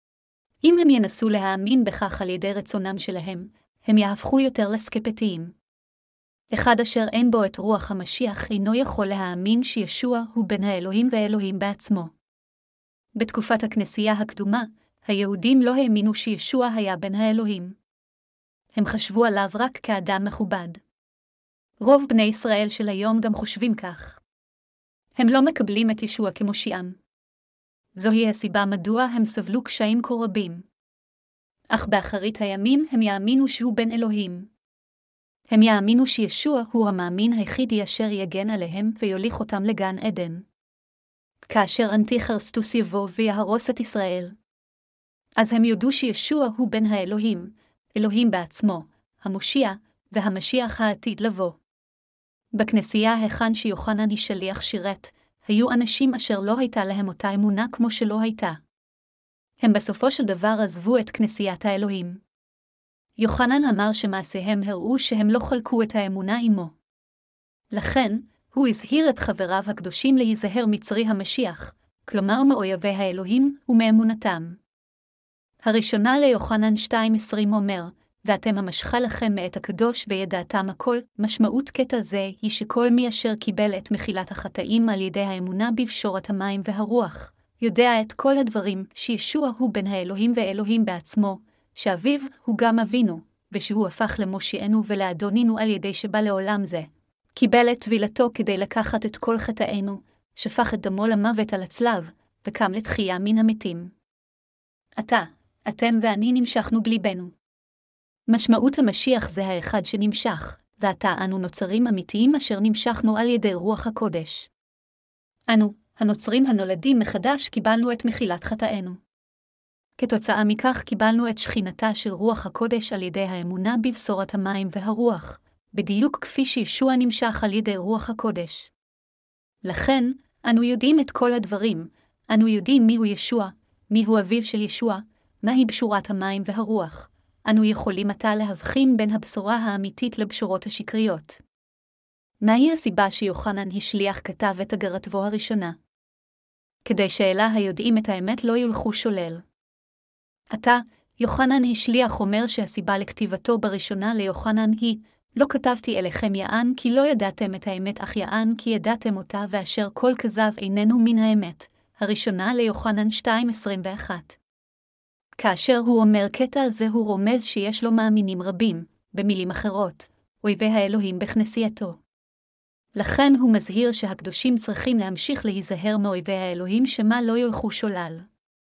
אם הם ינסו להאמין בכך על ידי רצונם שלהם, הם יהפכו יותר לסקפטיים. אחד אשר אין בו את רוח המשיח אינו יכול להאמין שישוע הוא בן האלוהים ואלוהים בעצמו. בתקופת הכנסייה הקדומה, היהודים לא האמינו שישוע היה בן האלוהים. הם חשבו עליו רק כאדם מכובד. רוב בני ישראל של היום גם חושבים כך. הם לא מקבלים את ישוע כמושיעם. זוהי הסיבה מדוע הם סבלו קשיים כה רבים. אך באחרית הימים הם יאמינו שהוא בן אלוהים. הם יאמינו שישוע הוא המאמין היחידי אשר יגן עליהם ויוליך אותם לגן עדן. כאשר אנטיכריסטוס יבוא ויהרוס את ישראל, אז הם יודו שישוע הוא בן האלוהים, אלוהים בעצמו, המושיע והמשיח העתיד לבוא. בכנסייה היכן שיוחנן השליח שירת, היו אנשים אשר לא הייתה להם אותה אמונה כמו שלא הייתה. הם בסופו של דבר עזבו את כנסיית האלוהים. יוחנן אמר שמעשיהם הראו שהם לא חלקו את האמונה עמו. לכן, הוא הזהיר את חבריו הקדושים להיזהר מצרי המשיח, כלומר מאויבי האלוהים ומאמונתם. הראשונה ליוחנן 2:20 אומר, ואתם המשכה לכם מאת הקדוש וידעתם הכל. משמעות קטע זה היא שכל מי אשר קיבל את מחילת החטאים על ידי האמונה בפשורת המים והרוח, יודע את כל הדברים, שישוע הוא בן האלוהים ואלוהים בעצמו, שאביו הוא גם אבינו, ושהוא הפך למושיענו ולאדונינו על ידי שבא לעולם זה. קיבל את טבילתו כדי לקחת את כל חטאינו, שפך את דמו למוות על הצלב, וקם לתחייה מן המתים. אתם ואני נמשכנו בליבנו. משמעות המשיח זה האחד שנמשך, ועתה אנו נוצרים אמיתיים אשר נמשכנו על ידי רוח הקודש. אנו, הנוצרים הנולדים מחדש, קיבלנו את מחילת חטאינו. כתוצאה מכך קיבלנו את שכינתה של רוח הקודש על ידי האמונה בבשורת המים והרוח, בדיוק כפי שישוע נמשך על ידי רוח הקודש. לכן, אנו יודעים את כל הדברים, אנו יודעים מיהו ישוע, מיהו אביו של ישוע, מהי בשורת המים והרוח. אנו יכולים עתה להבחין בין הבשורה האמיתית לבשורות השקריות. מהי הסיבה שיוחנן השליח כתב את אגרתו הראשונה? כדי שאלה היודעים את האמת לא ילכו שולל. עתה, יוחנן השליח אומר שהסיבה לכתיבתו בראשונה ליוחנן היא, לא כתבתי אליכם יען כי לא ידעתם את האמת, אך יען כי ידעתם אותה, ואשר כל כזב איננו מן האמת. הראשונה ליוחנן 2:21. כאשר הוא אומר קטע על זה, הוא רומז שיש לו מאמינים רבים, במילים אחרות, אויבי האלוהים בכנסייתו. לכן הוא מזהיר שהקדושים צריכים להמשיך להיזהר מאויבי האלוהים שמה לא ילכו שולל.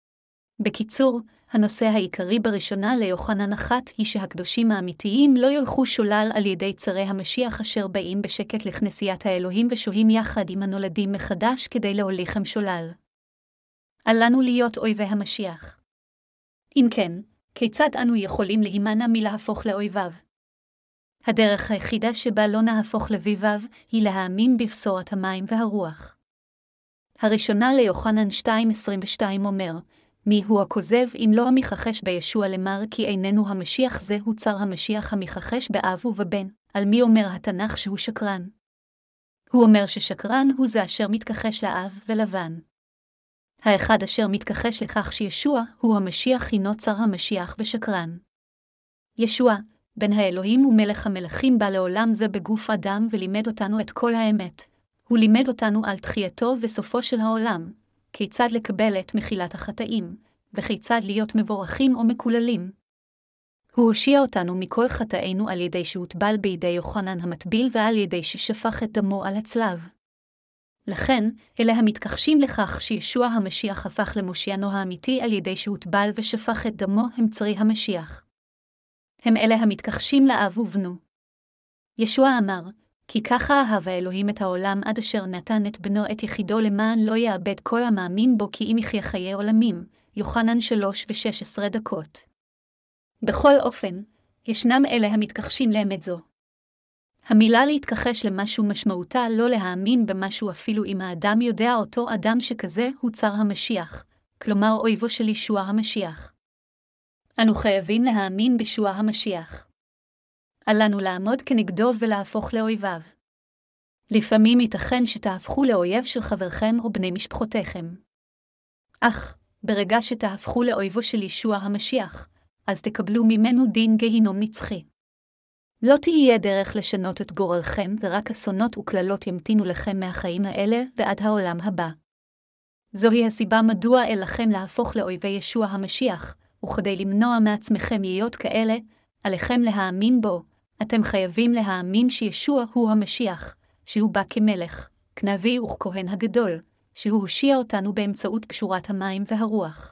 בקיצור, הנושא העיקרי בראשונה ליוחנן 1 היא שהקדושים האמיתיים לא ילכו שולל על ידי צרי המשיח אשר באים בשקט לכנסיית האלוהים ושוהים יחד עם הנולדים מחדש כדי להוליכם שולל. אל לנו להיות אויבי המשיח. אם כן, כיצד אנו יכולים להימנע מלהפוך לאויביו? הדרך היחידה שבה לא נהפוך לביביו היא להאמין בבשורת המים והרוח. הראשונה ליוחנן 2:22 אומר, מי הוא הכוזב אם לא המכחש בישוע למר כי איננו המשיח, זה הוא צר המשיח המכחש באב ובבן. על מי אומר התנ"ך שהוא שקרן? הוא אומר ששקרן הוא זה אשר מתכחש לאב ולבן. האחד אשר מתכחש לכך שישוע הוא המשיח הינו צר המשיח ושקרן. ישוע, בן האלוהים ומלך המלכים, בא לעולם זה בגוף אדם ולימד אותנו את כל האמת. הוא לימד אותנו על תחייתו וסופו של העולם, כיצד לקבל את מחילת החטאים, וכיצד להיות מבורכים או מקוללים. הוא הושיע אותנו מכל חטאינו על ידי שהוטבל בידי יוחנן המטביל ועל ידי ששפך את דמו על הצלב. לכן, אלה המתכחשים לכך שישוע המשיח הפך למושיענו האמיתי על ידי שהוטבל ושפך את דמו הם צרי המשיח. הם אלה המתכחשים לאב ובנו. ישוע אמר, כי ככה אהב האלוהים את העולם עד אשר נתן את בנו את יחידו למען לא יאבד כל המאמין בו כי אם יחיה חיי עולמים. יוחנן 3:16. בכל אופן, ישנם אלה המתכחשים לאמת זו. המילה להתכחש למשהו משמעותה לא להאמין במשהו אפילו אם האדם יודע אותו אדם שכזה הוא צר המשיח, כלומר אויבו של ישוע המשיח. אנו חייבים להאמין בישוע המשיח. אל לנו לעמוד כנגדו ולהפוך לאויביו. לפעמים ייתכן שתהפכו לאויב של חברכם או בני משפחותיכם. אך, ברגע שתהפכו לאויבו של ישוע המשיח, אז תקבלו ממנו דין גיהינום נצחי. לא תהיה דרך לשנות את גורלכם, ורק אסונות וקללות ימתינו לכם מהחיים האלה ועד העולם הבא. זוהי הסיבה מדוע אל לכם להפוך לאויבי ישוע המשיח, וכדי למנוע מעצמכם להיות כאלה, עליכם להאמין בו. אתם חייבים להאמין שישוע הוא המשיח, שהוא בא כמלך, כנביא וכהן הגדול, שהוא הושיע אותנו באמצעות קשורת המים והרוח.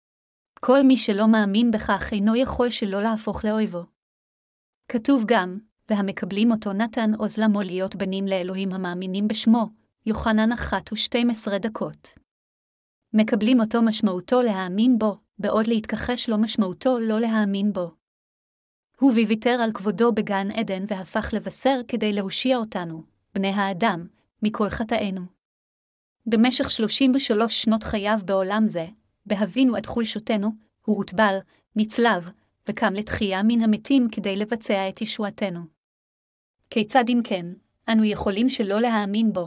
כל מי שלא מאמין בכך אינו יכול שלא להפוך לאויבו. כתוב גם, והמקבלים אותו נתן עוז למו להיות בנים לאלוהים המאמינים בשמו, יוחנן 1:12. מקבלים אותו משמעותו להאמין בו, בעוד להתכחש לו משמעותו לא להאמין בו. הוא ויתר על כבודו בגן עדן והפך לבשר כדי להושיע אותנו, בני האדם, מכל חטאינו. במשך 33 שנות חייו בעולם זה, בהבינו את חולשותנו, הוא הוטבל, נצלב, וקם לתחייה מן המתים כדי לבצע את ישועתנו. כיצד אם כן, אנו יכולים שלא להאמין בו?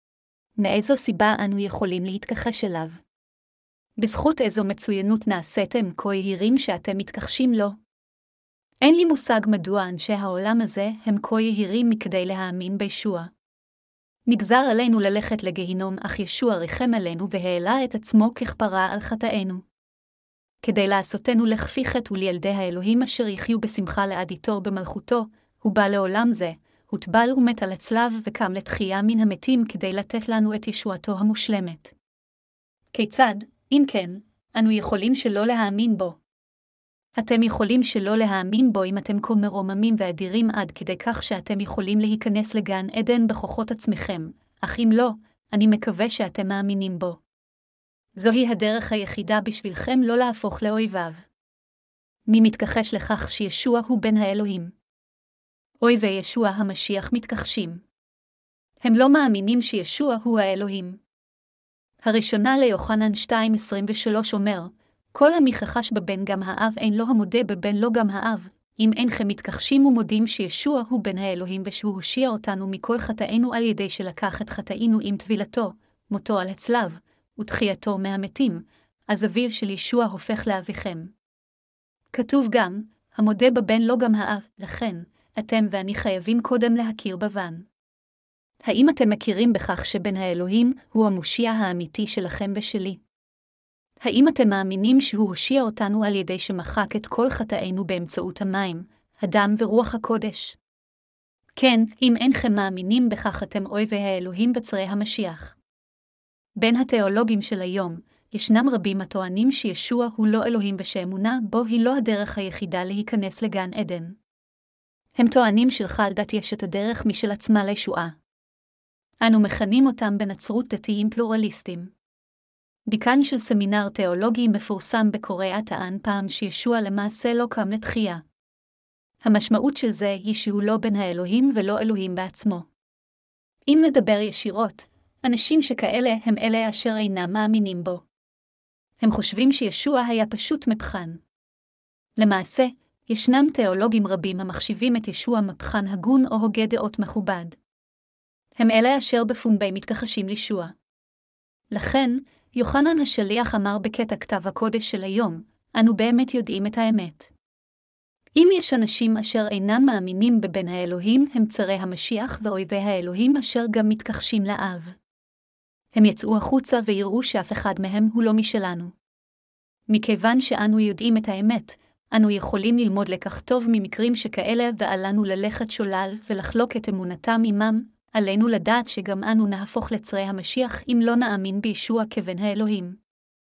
מאיזו סיבה אנו יכולים להתכחש אליו? בזכות איזו מצוינות נעשיתם כה יהירים שאתם מתכחשים לו? אין לי מושג מדוע אנשי העולם הזה הם כה יהירים מכדי להאמין בישוע. נגזר עלינו ללכת לגהינום, אך ישוע ריחם עלינו והעלה את עצמו ככפרה על חטאינו. כדי לעשותנו לכפי חטא ולילדי האלוהים אשר יחיו בשמחה לעד איתו במלכותו, הוא בא לעולם זה, הוטבל ומת על הצלב וקם לתחייה מן המתים כדי לתת לנו את ישועתו המושלמת. כיצד, אם כן, אנו יכולים שלא להאמין בו? אתם יכולים שלא להאמין בו אם אתם כה מרוממים ואדירים עד כדי כך שאתם יכולים להיכנס לגן עדן בכוחות עצמכם, אך אם לא, אני מקווה שאתם מאמינים בו. זוהי הדרך היחידה בשבילכם לא להפוך לאויביו. מי מתכחש לכך שישוע הוא בן האלוהים? אויבי ישוע המשיח מתכחשים. הם לא מאמינים שישוע הוא האלוהים. הראשונה ליוחנן 2:23 אומר, כל המכחש בבן גם האב אין לו המודה בבן לא גם האב, אם אינכם מתכחשים ומודים שישוע הוא בן האלוהים ושהוא הושיע אותנו מכל חטאינו על ידי שלקח את חטאינו עם טבילתו, מותו על הצלב, ותחייתו מהמתים, אז אביו של ישוע הופך לאביכם. כתוב גם, המודה בבן לא גם האב, לכן, אתם ואני חייבים קודם להכיר בבן. האם אתם מכירים בכך שבן האלוהים הוא המושיע האמיתי שלכם ושלי? האם אתם מאמינים שהוא הושיע אותנו על ידי שמחק את כל חטאינו באמצעות המים, הדם ורוח הקודש? כן, אם אינכם מאמינים בכך אתם אויבי האלוהים בצרי המשיח. בין התיאולוגים של היום, ישנם רבים הטוענים שישוע הוא לא אלוהים ושאמונה בו היא לא הדרך היחידה להיכנס לגן עדן. הם טוענים שלכל דת יש את הדרך משל עצמה לישועה. אנו מכנים אותם בנצרות דתיים פלורליסטים. דיקן של סמינר תיאולוגי מפורסם בקוריאה טען פעם שישוע למעשה לא קם לתחייה. המשמעות של זה היא שהוא לא בן האלוהים ולא אלוהים בעצמו. אם נדבר ישירות, אנשים שכאלה הם אלה אשר אינם מאמינים בו. הם חושבים שישוע היה פשוט מפחן. למעשה, ישנם תיאולוגים רבים המחשיבים את ישוע מפחן הגון או הוגה דעות מכובד. הם אלה אשר בפומבי מתכחשים לישוע. לכן, יוחנן השליח אמר בקטע כתב הקודש של היום, אנו באמת יודעים את האמת. אם יש אנשים אשר אינם מאמינים בבן האלוהים, הם צרי המשיח ואויבי האלוהים אשר גם מתכחשים לאב. הם יצאו החוצה ויראו שאף אחד מהם הוא לא משלנו. מכיוון שאנו יודעים את האמת, אנו יכולים ללמוד לקח טוב ממקרים שכאלה ועלינו ללכת שולל ולחלוק את אמונתם עמם, עלינו לדעת שגם אנו נהפוך לצרי המשיח אם לא נאמין בישוע כבן האלוהים.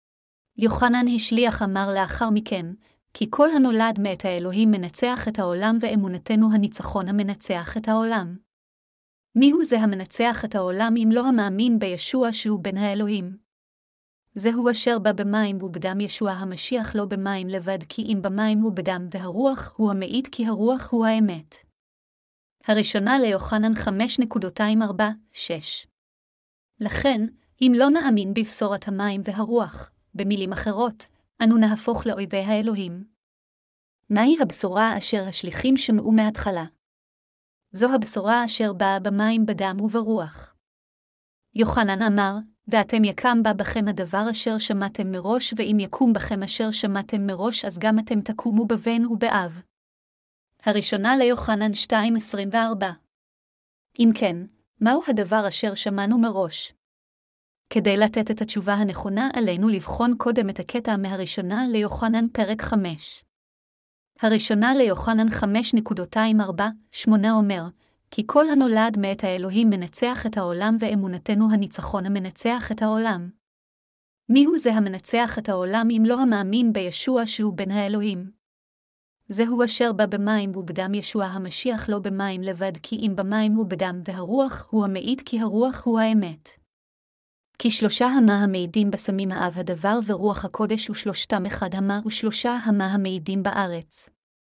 יוחנן השליח אמר לאחר מכן, כי כל הנולד מאת האלוהים מנצח את העולם ואמונתנו הניצחון המנצח את העולם. מיהו זה המנצח את העולם אם לא המאמין בישוע שהוא בן האלוהים? זהו אשר בא במים ובדם ישוע המשיח לא במים לבד כי אם במים ובדם והרוח הוא המעיד כי הרוח הוא האמת. הראשונה ליוחנן 5:4-6. לכן, אם לא נאמין בבשורת המים והרוח, במילים אחרות, אנו נהפוך לאויבי האלוהים. מהי הבשורה אשר השליחים שמעו מההתחלה? זו הבשורה אשר באה במים בדם וברוח. יוחנן אמר, ואתם יקם בה בכם הדבר אשר שמעתם מראש, ואם יקום בכם אשר שמעתם מראש, אז גם אתם תקומו בבן ובאב. הראשונה ליוחנן 2:24. אם כן, מהו הדבר אשר שמענו מראש? כדי לתת את התשובה הנכונה, עלינו לבחון קודם את הקטע מהראשונה ליוחנן פרק 5. הראשונה ליוחנן 5:4-8 אומר, כי כל הנולד מאת האלוהים מנצח את העולם, ואמונתנו הניצחון המנצח את העולם. מיהו זה המנצח את העולם אם לא המאמין בישוע שהוא בן האלוהים? זהו אשר בא במים ובדם, ישוע המשיח, לא במים לבד, כי אם במים ובדם, והרוח הוא המעיד, כי הרוח הוא האמת. כי שלושה המה המעידים בסמים, האב, הדבר ורוח הקודש, ושלושתם אחד המה, ושלושה המה המעידים בארץ.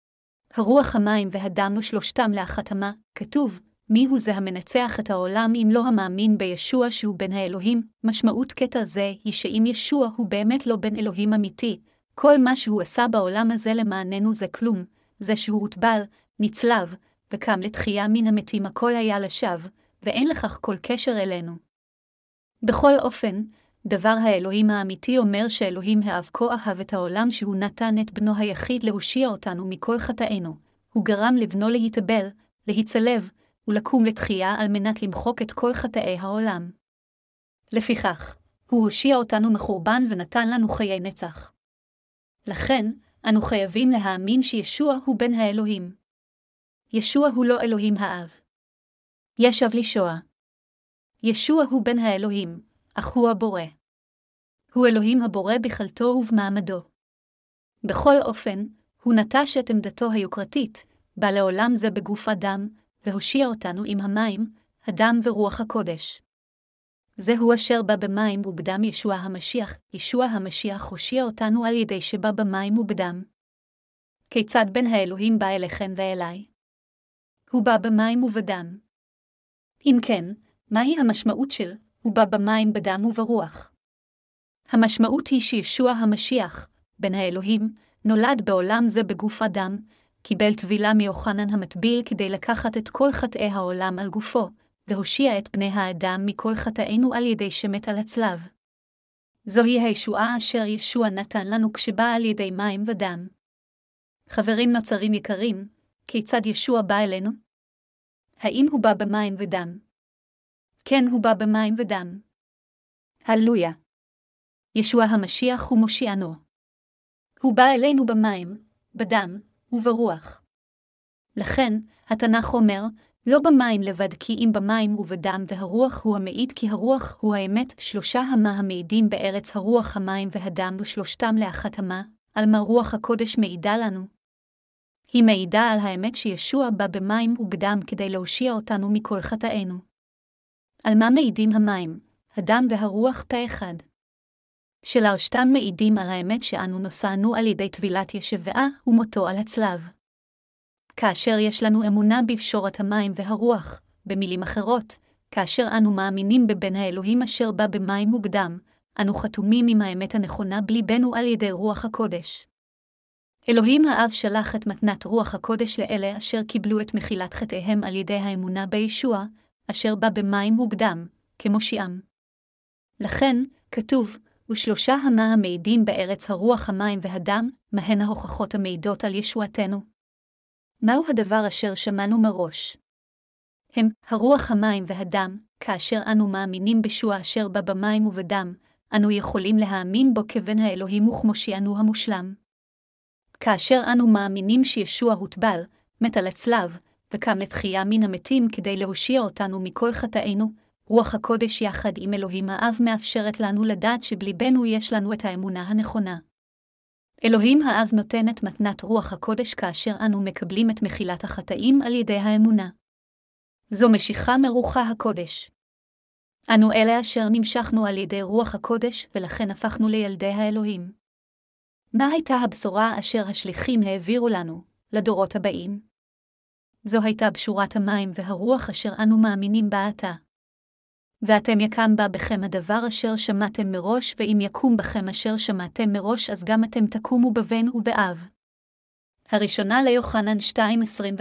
הרוח, המים והדם, ושלושתם לאחת המה. כתוב, מיהו זה המנצח את העולם אם לא המאמין בישוע שהוא בן האלוהים? משמעות קטע זה היא שאם ישוע הוא באמת לא בן אלוהים אמיתי, כל מה שהוא עשה בעולם הזה למעננו זה כלום. זה שהוא הוטבל, נצלב, וקם לתחייה מן המתים, הכל היה לשווא, ואין לכך כל קשר אלינו. בכל אופן, דבר האלוהים האמיתי אומר שאלוהים האב כה אהב את העולם שהוא נתן את בנו היחיד להושיע אותנו מכל חטאינו. הוא גרם לבנו להתאבל, להצלב, ולקום לתחייה על מנת למחוק את כל חטאי העולם. לפיכך, הוא הושיע אותנו מחורבן ונתן לנו חיי נצח. לכן, אנו חייבים להאמין שישוע הוא בן האלוהים. ישוע הוא לא אלוהים האב. ישב לישוע. ישוע הוא בן האלוהים, אך הוא הבורא. הוא אלוהים הבורא בכלתו ובמעמדו. בכל אופן, הוא נטש את עמדתו היוקרתית, בא לעולם זה בגוף אדם, והושיע אותנו עם המים, הדם ורוח הקודש. זהו אשר בא במים ובדם, ישוע המשיח. ישוע המשיח הושיע אותנו על ידי שבא במים ובדם. כיצד בן האלוהים בא אליכם ואליי? הוא בא במים ובדם. אם כן, מהי המשמעות של הוא בא במים, בדם וברוח? המשמעות היא שישוע המשיח, בן האלוהים, נולד בעולם זה בגוף אדם, קיבל טבילה מיוחנן המטביל כדי לקחת את כל חטאי העולם על גופו, והושיע את בני האדם מכל חטאינו על ידי שמת על הצלב. זוהי הישועה אשר ישוע נתן לנו כשבא על ידי מים ודם. חברים נוצרים יקרים, כיצד ישוע בא אלינו? האם הוא בא במים ודם? כן, הוא בא במים ודם. הללויה. ישוע המשיח הוא מושיענו. הוא בא אלינו במים, בדם וברוח. לכן, התנ"ך אומר, לא במים לבד, כי אם במים ובדם, והרוח הוא המעיד, כי הרוח הוא האמת. שלושה המה המעידים בארץ, הרוח, המים והדם, ושלושתם לאחת המה. על מה רוח הקודש מעידה לנו? היא מעידה על האמת שישוע בא במים ובדם כדי להושיע אותנו מכל חטאינו. על מה מעידים המים, הדם והרוח פה אחד? שלושתם מעידים על האמת שאנו נושענו על ידי טבילת ישבעה ומותו על הצלב. כאשר יש לנו אמונה בפשורת המים והרוח, במילים אחרות, כאשר אנו מאמינים בבן האלוהים אשר בא במים ובדם, אנו חתומים עם האמת הנכונה בליבנו על ידי רוח הקודש. אלוהים האב שלח את מתנת רוח הקודש לאלה אשר קיבלו את מחילת חטאיהם על ידי האמונה בישוע, אשר בא במים ובדם, כמושיעם. לכן, כתוב, ושלושה המה המעידים בארץ, הרוח, המים והדם, מהן ההוכחות המעידות על ישועתנו? מהו הדבר אשר שמענו מראש? הם הרוח, המים והדם. כאשר אנו מאמינים בישוע אשר בא במים ובדם, אנו יכולים להאמין בו כבן האלוהים וכמושיענו המושלם. כאשר אנו מאמינים שישוע הוטבל, מת על הצלב, וקם לתחייה מן המתים כדי להושיע אותנו מכל חטאינו, רוח הקודש יחד עם אלוהים האב מאפשרת לנו לדעת שבליבנו יש לנו את האמונה הנכונה. אלוהים האב נותן את מתנת רוח הקודש כאשר אנו מקבלים את מחילת החטאים על ידי האמונה. זו משיכה מרוחה הקודש. אנו אלה אשר נמשכנו על ידי רוח הקודש ולכן הפכנו לילדי האלוהים. מה הייתה הבשורה אשר השליחים העבירו לנו, לדורות הבאים? זו הייתה בשורת המים והרוח אשר אנו מאמינים בה עתה. ואתם יקם בה בכם הדבר אשר שמעתם מראש, ואם יקום בכם אשר שמעתם מראש, אז גם אתם תקומו בבן ובאב. הראשונה ליוחנן 2:24.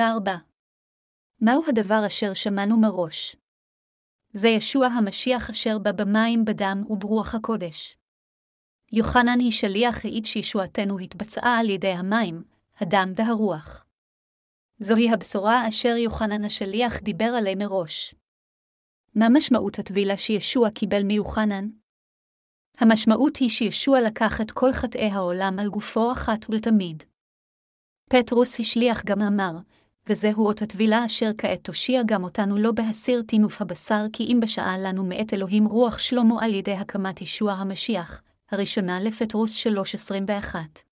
מהו הדבר אשר שמענו מראש? זה ישוע המשיח אשר בא במים, בדם וברוח הקודש. יוחנן היא שליח העיד שישועתנו התבצעה על ידי המים, הדם והרוח. זוהי הבשורה אשר יוחנן השליח דיבר עליה מראש. מה משמעות הטבילה שישוע קיבל מיוחנן? המשמעות היא שישוע לקח את כל חטאי העולם על גופו אחת ולתמיד. פטרוס השליח גם אמר, וזהו אות הטבילה אשר כעת תושיע גם אותנו לא בהסיר טינוף הבשר, כי אם בשעה לנו מאת אלוהים רוח שלמה על ידי הקמת ישוע המשיח. הראשונה לפטרוס 3:21.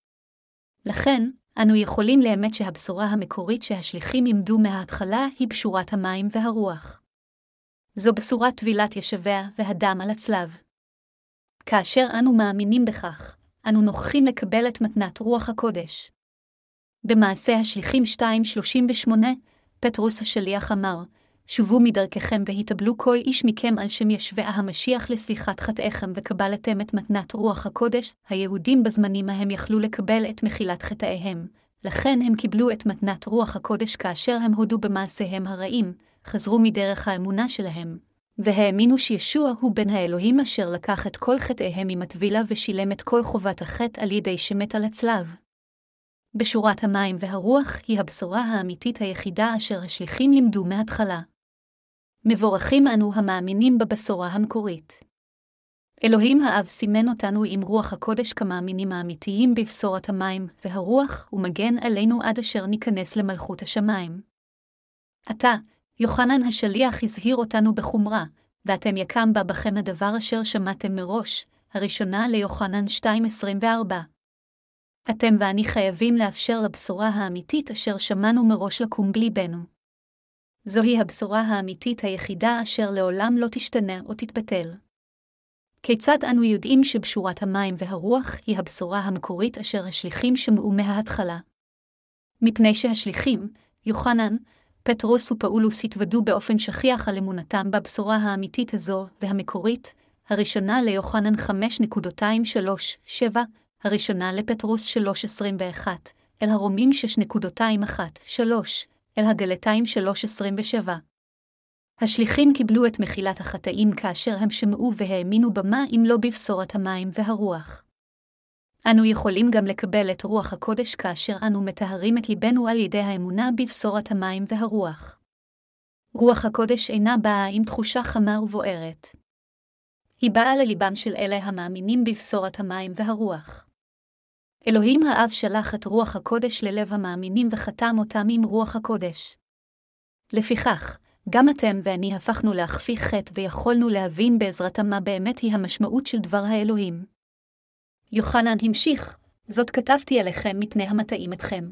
לכן, אנו יכולים לאמת שהבשורה המקורית שהשליחים לימדו מההתחלה היא בשורת המים והרוח. זו בשורת טבילת ישביה והדם על הצלב. כאשר אנו מאמינים בכך, אנו נוכחים לקבל את מתנת רוח הקודש. במעשה השליחים 2:38, פטרוס השליח אמר, שובו מדרככם והתאבלו כל איש מכם על שם ישוע המשיח לסליחת חטאיכם וקבלתם את מתנת רוח הקודש. היהודים בזמנים ההם יכלו לקבל את מחילת חטאיהם, לכן הם קיבלו את מתנת רוח הקודש כאשר הם הודו במעשיהם הרעים, חזרו מדרך האמונה שלהם, והאמינו שישוע הוא בן האלוהים אשר לקח את כל חטאיהם עם הטבילה ושילם את כל חובת החטא על ידי שמת על הצלב. בשורת המים והרוח היא הבשורה האמיתית היחידה אשר השליחים לימדו מההתחלה. מבורכים אנו המאמינים בבשורה המקורית. אלוהים האב סימן אותנו עם רוח הקודש כמאמינים האמיתיים בבשורת המים והרוח, ומגן עלינו עד אשר ניכנס למלכות השמיים. עתה, יוחנן השליח הזהיר אותנו בחומרה, ואתם יקם בה בכם הדבר אשר שמעתם מראש, הראשונה ליוחנן 2:24. אתם ואני חייבים לאפשר לבשורה האמיתית אשר שמענו מראש לקום בליבנו. זוהי הבשורה האמיתית היחידה אשר לעולם לא תשתנה או תתבטל. כיצד אנו יודעים שבשורת המים והרוח היא הבשורה המקורית אשר השליחים שמעו מההתחלה? מפני שהשליחים, יוחנן, פטרוס ופאולוס התוודו באופן שכיח על אמונתם בבשורה האמיתית הזו והמקורית, הראשונה ליוחנן 5:3-7, הראשונה לפטרוס 3:21, אל הרומים 6:1-3, אל הגלתיים 3:27. השליחים קיבלו את מחילת החטאים כאשר הם שמעו והאמינו במה אם לא בבשורת המים והרוח. אנו יכולים גם לקבל את רוח הקודש כאשר אנו מטהרים את ליבנו על ידי האמונה בבשורת המים והרוח. רוח הקודש אינה באה עם תחושה חמה ובוערת. היא באה לליבם של אלה המאמינים בבשורת המים והרוח. אלוהים האב שלח את רוח הקודש ללב המאמינים וחתם אותם עם רוח הקודש. לפיכך, גם אתם ואני הפכנו להכפיך חטא ויכולנו להבין בעזרתם מה באמת היא המשמעות של דבר האלוהים. יוחנן המשיך, זאת כתבתי עליכם מפני המטעים אתכם.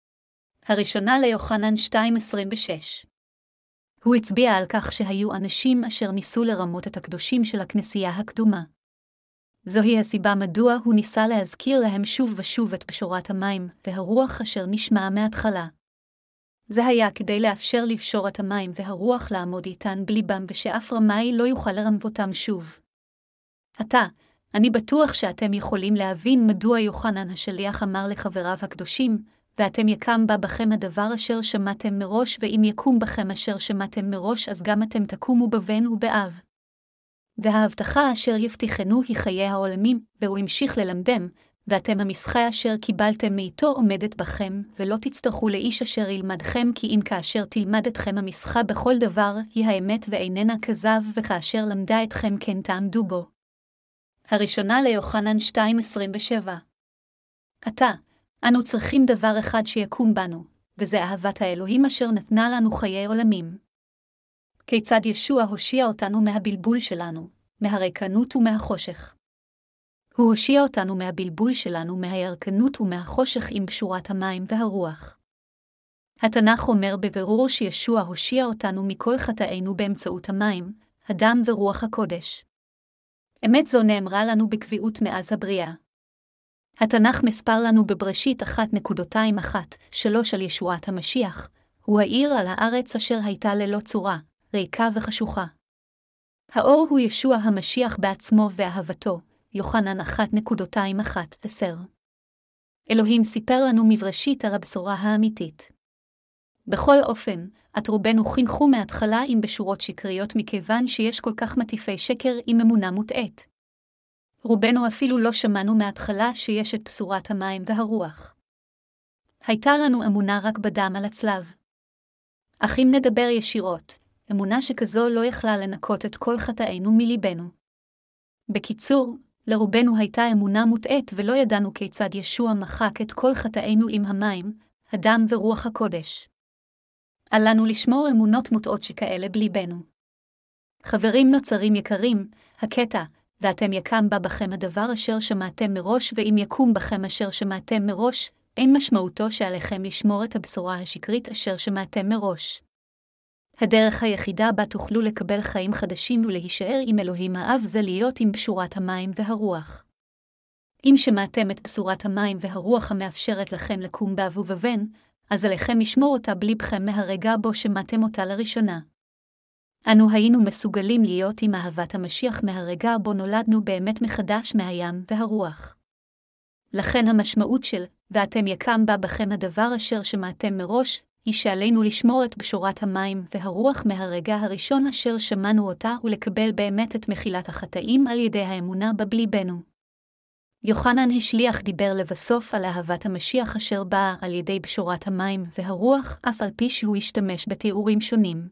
הראשונה ליוחנן 2:26. הוא הצביע על כך שהיו אנשים אשר ניסו לרמות את הקדושים של הכנסייה הקדומה. זוהי הסיבה מדוע הוא ניסה להזכיר להם שוב ושוב את בשורת המים והרוח אשר נשמע מההתחלה. זה היה כדי לאפשר לבשורת המים והרוח לעמוד איתן בליבם ושאף רמאי לא יוכל לרמבותם שוב. עתה, אני בטוח שאתם יכולים להבין מדוע יוחנן השליח אמר לחבריו הקדושים, ואתם יקם בה בכם הדבר אשר שמעתם מראש, ואם יקום בכם אשר שמעתם מראש אז גם אתם תקומו בבן ובאב. וההבטחה אשר יבטיחנו היא חיי העולמים, והוא המשיך ללמדם, ואתם המסחה אשר קיבלתם מאיתו עומדת בכם, ולא תצטרכו לאיש אשר ילמדכם, כי אם כאשר תלמד אתכם המסחה בכל דבר, היא האמת ואיננה כזב, וכאשר למדה אתכם כן תעמדו בו. הראשונה ליוחנן 2:27. עתה, אנו צריכים דבר אחד שיקום בנו, וזה אהבת האלוהים אשר נתנה לנו חיי עולמים. כיצד ישוע הושיע אותנו מהבלבול שלנו, מהריקנות ומהחושך. הוא הושיע אותנו מהבלבול שלנו, מהירקנות ומהחושך עם בשורת המים והרוח. התנ"ך אומר בבירור שישוע הושיע אותנו מכל חטאינו באמצעות המים, הדם ורוח הקודש. אמת זו נאמרה לנו בקביעות מאז הבריאה. התנ"ך מספר לנו בבראשית 1:1-3 על ישועת המשיח, הוא האיר על הארץ אשר הייתה ללא צורה, ריקה וחשוכה. האור הוא ישוע המשיח בעצמו ואהבתו, יוחנן 1:1-10. אלוהים סיפר לנו מבראשית על הבשורה האמיתית. בכל אופן, את רובנו חינכו מההתחלה עם בשורות שקריות מכיוון שיש כל כך מטיפי שקר עם אמונה מוטעית. רובנו אפילו לא שמענו מההתחלה שיש את בשורת המים והרוח. הייתה לנו אמונה רק בדם על הצלב. אך אם נדבר ישירות, אמונה שכזו לא יכלה לנקות את כל חטאינו מליבנו. בקיצור, לרובנו הייתה אמונה מוטעית ולא ידענו כיצד ישוע מחק את כל חטאינו עם המים, הדם ורוח הקודש. אל לנו לשמור אמונות מוטעות שכאלה בליבנו. חברים נוצרים יקרים, הקטע, ואתם יקם בה בכם הדבר אשר שמעתם מראש, ואם יקום בכם אשר שמעתם מראש, אין משמעותו שעליכם לשמור את הבשורה השקרית אשר שמעתם מראש. הדרך היחידה בה תוכלו לקבל חיים חדשים ולהישאר עם אלוהים האב זה להיות עם בשורת המים והרוח. אם שמעתם את בשורת המים והרוח המאפשרת לכם לקום באב ובבן, אז עליכם לשמור אותה בליבכם מהרגע בו שמעתם אותה לראשונה. אנו היינו מסוגלים להיות עם אהבת המשיח מהרגע בו נולדנו באמת מחדש מהים והרוח. לכן המשמעות של ואתם יקם בה בכם הדבר אשר שמעתם מראש, היא שעלינו לשמור את בשורת המים והרוח מהרגע הראשון אשר שמענו אותה ולקבל באמת את מחילת החטאים על ידי האמונה בליבנו. יוחנן השליח דיבר לבסוף על אהבת המשיח אשר באה על ידי בשורת המים והרוח, אף על פי שהוא השתמש בתיאורים שונים.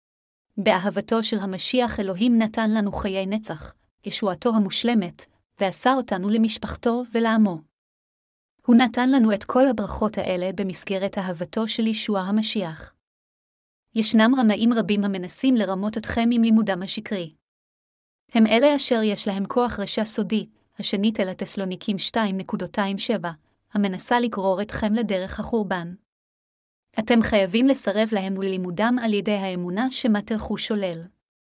באהבתו של המשיח אלוהים נתן לנו חיי נצח, ישועתו המושלמת, ועשה אותנו למשפחתו ולעמו. הוא נתן לנו את כל הברכות האלה במסגרת אהבתו של ישוע המשיח. ישנם רמאים רבים המנסים לרמות אתכם עם לימודם השקרי. הם אלה אשר יש להם כוח רשע סודי, השנית אל התסלוניקים 2.27, המנסה לגרור אתכם לדרך החורבן. אתם חייבים לסרב להם וללימודם על ידי האמונה שמה תלכו שולל.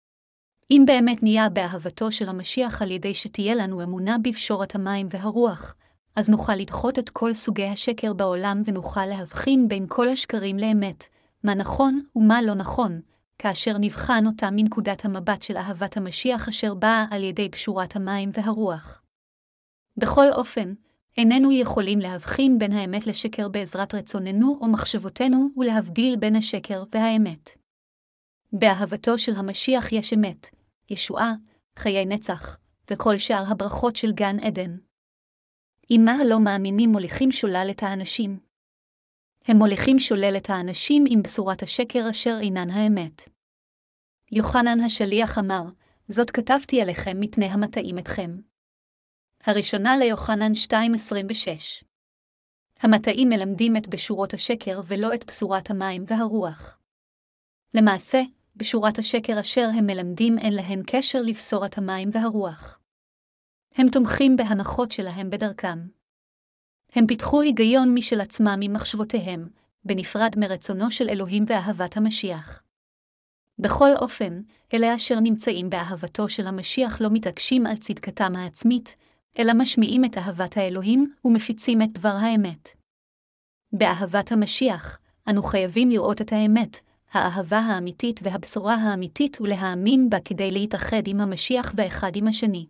אם באמת נהיה באהבתו של המשיח על ידי שתהיה לנו אמונה בבשורת המים והרוח, אז נוכל לדחות את כל סוגי השקר בעולם ונוכל להבחין בין כל השקרים לאמת, מה נכון ומה לא נכון, כאשר נבחן אותה מנקודת המבט של אהבת המשיח אשר באה על ידי בשורת המים והרוח. בכל אופן, איננו יכולים להבחין בין האמת לשקר בעזרת רצוננו או מחשבותינו ולהבדיל בין השקר והאמת. באהבתו של המשיח יש אמת, ישועה, חיי נצח, וכל שאר הברכות של גן עדן. אם מה הלא מאמינים מוליכים שולל את האנשים? הם מוליכים שולל את האנשים עם בשורת השקר אשר אינן האמת. יוחנן השליח אמר, זאת כתבתי עליכם מפני המטעים אתכם. הראשונה ליוחנן 2:26. המטעים מלמדים את בשורות השקר ולא את בשורת המים והרוח. למעשה, בשורת השקר אשר הם מלמדים אין להן קשר לבשורת המים והרוח. הם תומכים בהנחות שלהם בדרכם. הם פיתחו היגיון משל עצמם ממחשבותיהם, בנפרד מרצונו של אלוהים ואהבת המשיח. בכל אופן, אלה אשר נמצאים באהבתו של המשיח לא מתעקשים על צדקתם העצמית, אלא משמיעים את אהבת האלוהים ומפיצים את דבר האמת. באהבת המשיח, אנו חייבים לראות את האמת, האהבה האמיתית והבשורה האמיתית ולהאמין בה כדי להתאחד עם המשיח ואחד עם השני.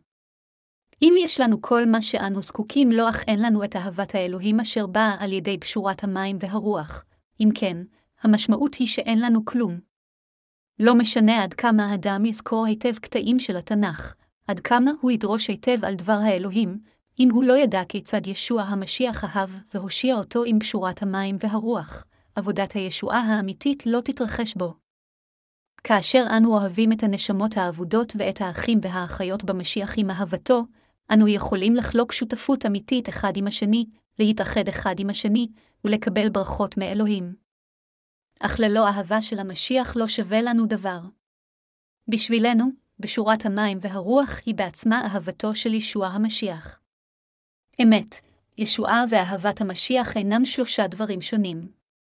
אם יש לנו כל מה שאנו זקוקים לו אך אין לנו את אהבת האלוהים אשר באה על ידי בשורת המים והרוח, אם כן, המשמעות היא שאין לנו כלום. לא משנה עד כמה האדם יזכור היטב קטעים של התנ"ך, עד כמה הוא ידרוש היטב על דבר האלוהים, אם הוא לא ידע כיצד ישוע המשיח אהב והושיע אותו עם בשורת המים והרוח, עבודת הישועה האמיתית לא תתרחש בו. כאשר אנו אוהבים את הנשמות האבודות ואת האחים והאחיות במשיח עם אהבתו, אנו יכולים לחלוק שותפות אמיתית אחד עם השני, להתאחד אחד עם השני, ולקבל ברכות מאלוהים. אך ללא אהבה של המשיח לא שווה לנו דבר. בשבילנו, בשורת המים והרוח היא בעצמה אהבתו של ישוע המשיח. אמת, ישועה ואהבת המשיח אינם שלושה דברים שונים.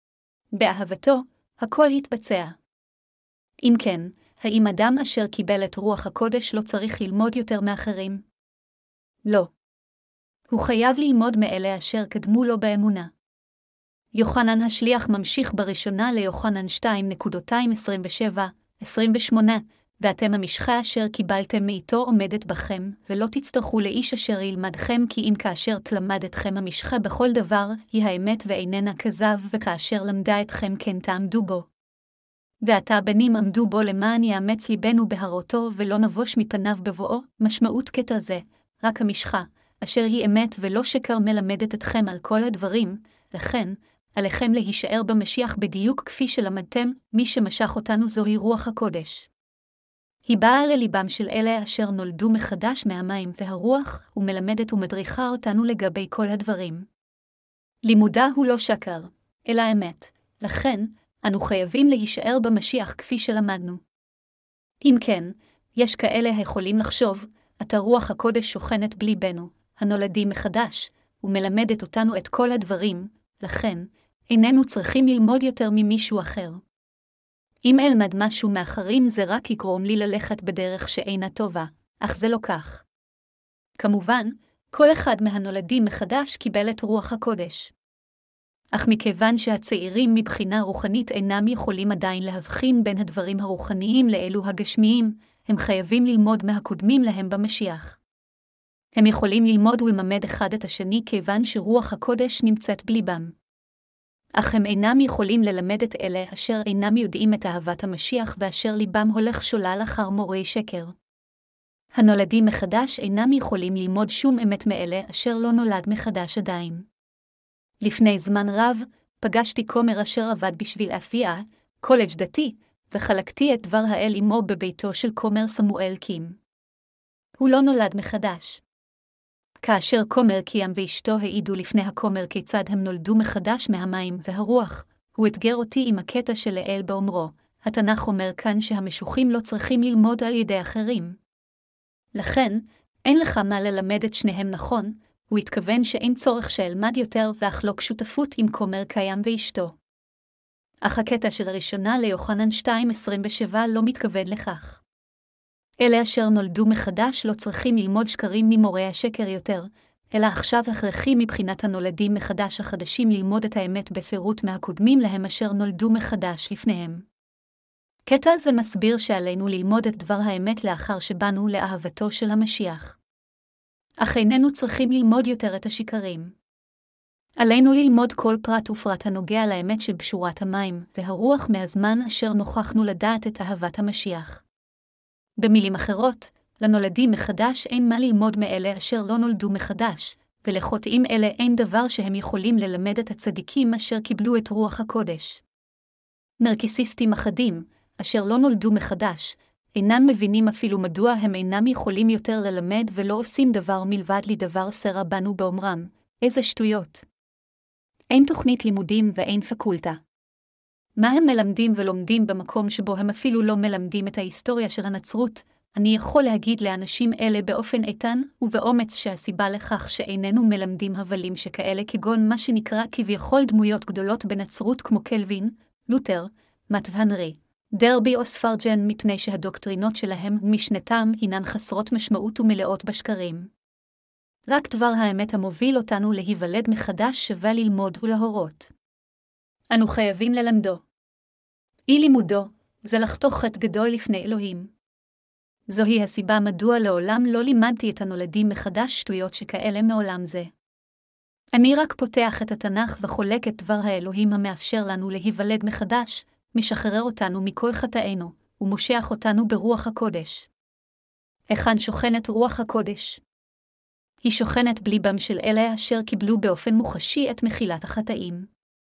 באהבתו, הכל יתבצע. אם כן, האם אדם אשר קיבל את רוח הקודש לא צריך ללמוד יותר מאחרים? לא. הוא חייב ללמוד מאלה אשר קדמו לו באמונה. יוחנן השליח ממשיך בראשונה ליוחנן 2.27-28, ואתם המשחה אשר קיבלתם מאיתו עומדת בכם, ולא תצטרכו לאיש אשר ילמדכם, כי אם כאשר תלמד אתכם המשחה בכל דבר, היא האמת ואיננה כזב, וכאשר למדה אתכם כן תעמדו בו. ועתה בנים עמדו בו למען יאמץ ליבנו בהראותו ולא נבוש מפניו בבואו, משמעות קטע זה, רק המשחה, אשר היא אמת ולא שקר מלמדת אתכם על כל הדברים, לכן, עליכם להישאר במשיח בדיוק כפי שלמדתם, מי שמשך אותנו זוהי רוח הקודש. היא באה לליבם של אלה אשר נולדו מחדש מהמים והרוח, ומלמדת ומדריכה אותנו לגבי כל הדברים. לימודה הוא לא שקר, אלא אמת, לכן, אנו חייבים להישאר במשיח כפי שלמדנו. אם כן, יש כאלה היכולים לחשוב, עתה רוח הקודש שוכנת בליבנו, הנולדים מחדש, ומלמדת אותנו את כל הדברים, לכן, איננו צריכים ללמוד יותר ממישהו אחר. אם אלמד משהו מאחרים זה רק יגרום לי ללכת בדרך שאינה טובה, אך זה לא כך. כמובן, כל אחד מהנולדים מחדש קיבל את רוח הקודש. אך מכיוון שהצעירים מבחינה רוחנית אינם יכולים עדיין להבחין בין הדברים הרוחניים לאלו הגשמיים, הם חייבים ללמוד מהקודמים להם במשיח. הם יכולים ללמוד וללמד אחד את השני כיוון שרוח הקודש נמצאת בליבם. אך הם אינם יכולים ללמד את אלה אשר אינם יודעים את אהבת המשיח ואשר ליבם הולך שולל אחר מורי שקר. הנולדים מחדש אינם יכולים ללמוד שום אמת מאלה אשר לא נולד מחדש עדיין. לפני זמן רב, פגשתי כומר אשר עבד בשביל אפייה, קולג' דתי, וחלקתי את דבר האל עמו בביתו של כומר סמואל קים. הוא לא נולד מחדש. כאשר כומר קים ואשתו העידו לפני הכומר כיצד הם נולדו מחדש מהמים והרוח, הוא אתגר אותי עם הקטע של האל באומרו, התנ"ך אומר כאן שהמשוחים לא צריכים ללמוד על ידי אחרים. לכן, אין לך מה ללמד את שניהם נכון, הוא התכוון שאין צורך שאלמד יותר ואחלוק שותפות עם כומר קים ואשתו. אך הקטע של הראשונה ליוחנן 2:27 לא מתכוון לכך. אלה אשר נולדו מחדש לא צריכים ללמוד שקרים ממורי השקר יותר, אלא עכשיו הכרחי מבחינת הנולדים מחדש החדשים ללמוד את האמת בפירוט מהקודמים להם אשר נולדו מחדש לפניהם. קטע זה מסביר שעלינו ללמוד את דבר האמת לאחר שבאנו לאהבתו של המשיח. אך איננו צריכים ללמוד יותר את השקרים. עלינו ללמוד כל פרט ופרט הנוגע לאמת של בשורת המים והרוח מהזמן אשר נוכחנו לדעת את אהבת המשיח. במילים אחרות, לנולדים מחדש אין מה ללמוד מאלה אשר לא נולדו מחדש, ולחוטאים אלה אין דבר שהם יכולים ללמד את הצדיקים אשר קיבלו את רוח הקודש. נרקיסיסטים אחדים, אשר לא נולדו מחדש, אינם מבינים אפילו מדוע הם אינם יכולים יותר ללמד ולא עושים דבר מלבד לדבר סרע בנו באומרם, איזה שטויות. אין תוכנית לימודים ואין פקולטה. מה הם מלמדים ולומדים במקום שבו הם אפילו לא מלמדים את ההיסטוריה של הנצרות? אני יכול להגיד לאנשים אלה באופן איתן ובאומץ שהסיבה לכך שאיננו מלמדים הבלים שכאלה כגון מה שנקרא כביכול דמויות גדולות בנצרות כמו קלווין, לותר, מאט והנרי, דרבי או ספרג'ן מפני שהדוקטרינות שלהם ומשנתם הינן חסרות משמעות ומלאות בשקרים. רק דבר האמת המוביל אותנו להיוולד מחדש שווה ללמוד ולהורות. אנו חייבים ללמדו. אי לימודו, זה לחתוך חטא גדול לפני אלוהים. זוהי הסיבה מדוע לעולם לא לימדתי את הנולדים מחדש שטויות שכאלה מעולם זה. אני רק פותח את התנ"ך וחולק את דבר האלוהים המאפשר לנו להיוולד מחדש, משחרר אותנו מכל חטאינו, ומושך אותנו ברוח הקודש. היכן שוכנת רוח הקודש? היא שוכנת בליבם של אלה אשר קיבלו באופן מוחשי את מחילת החטאים.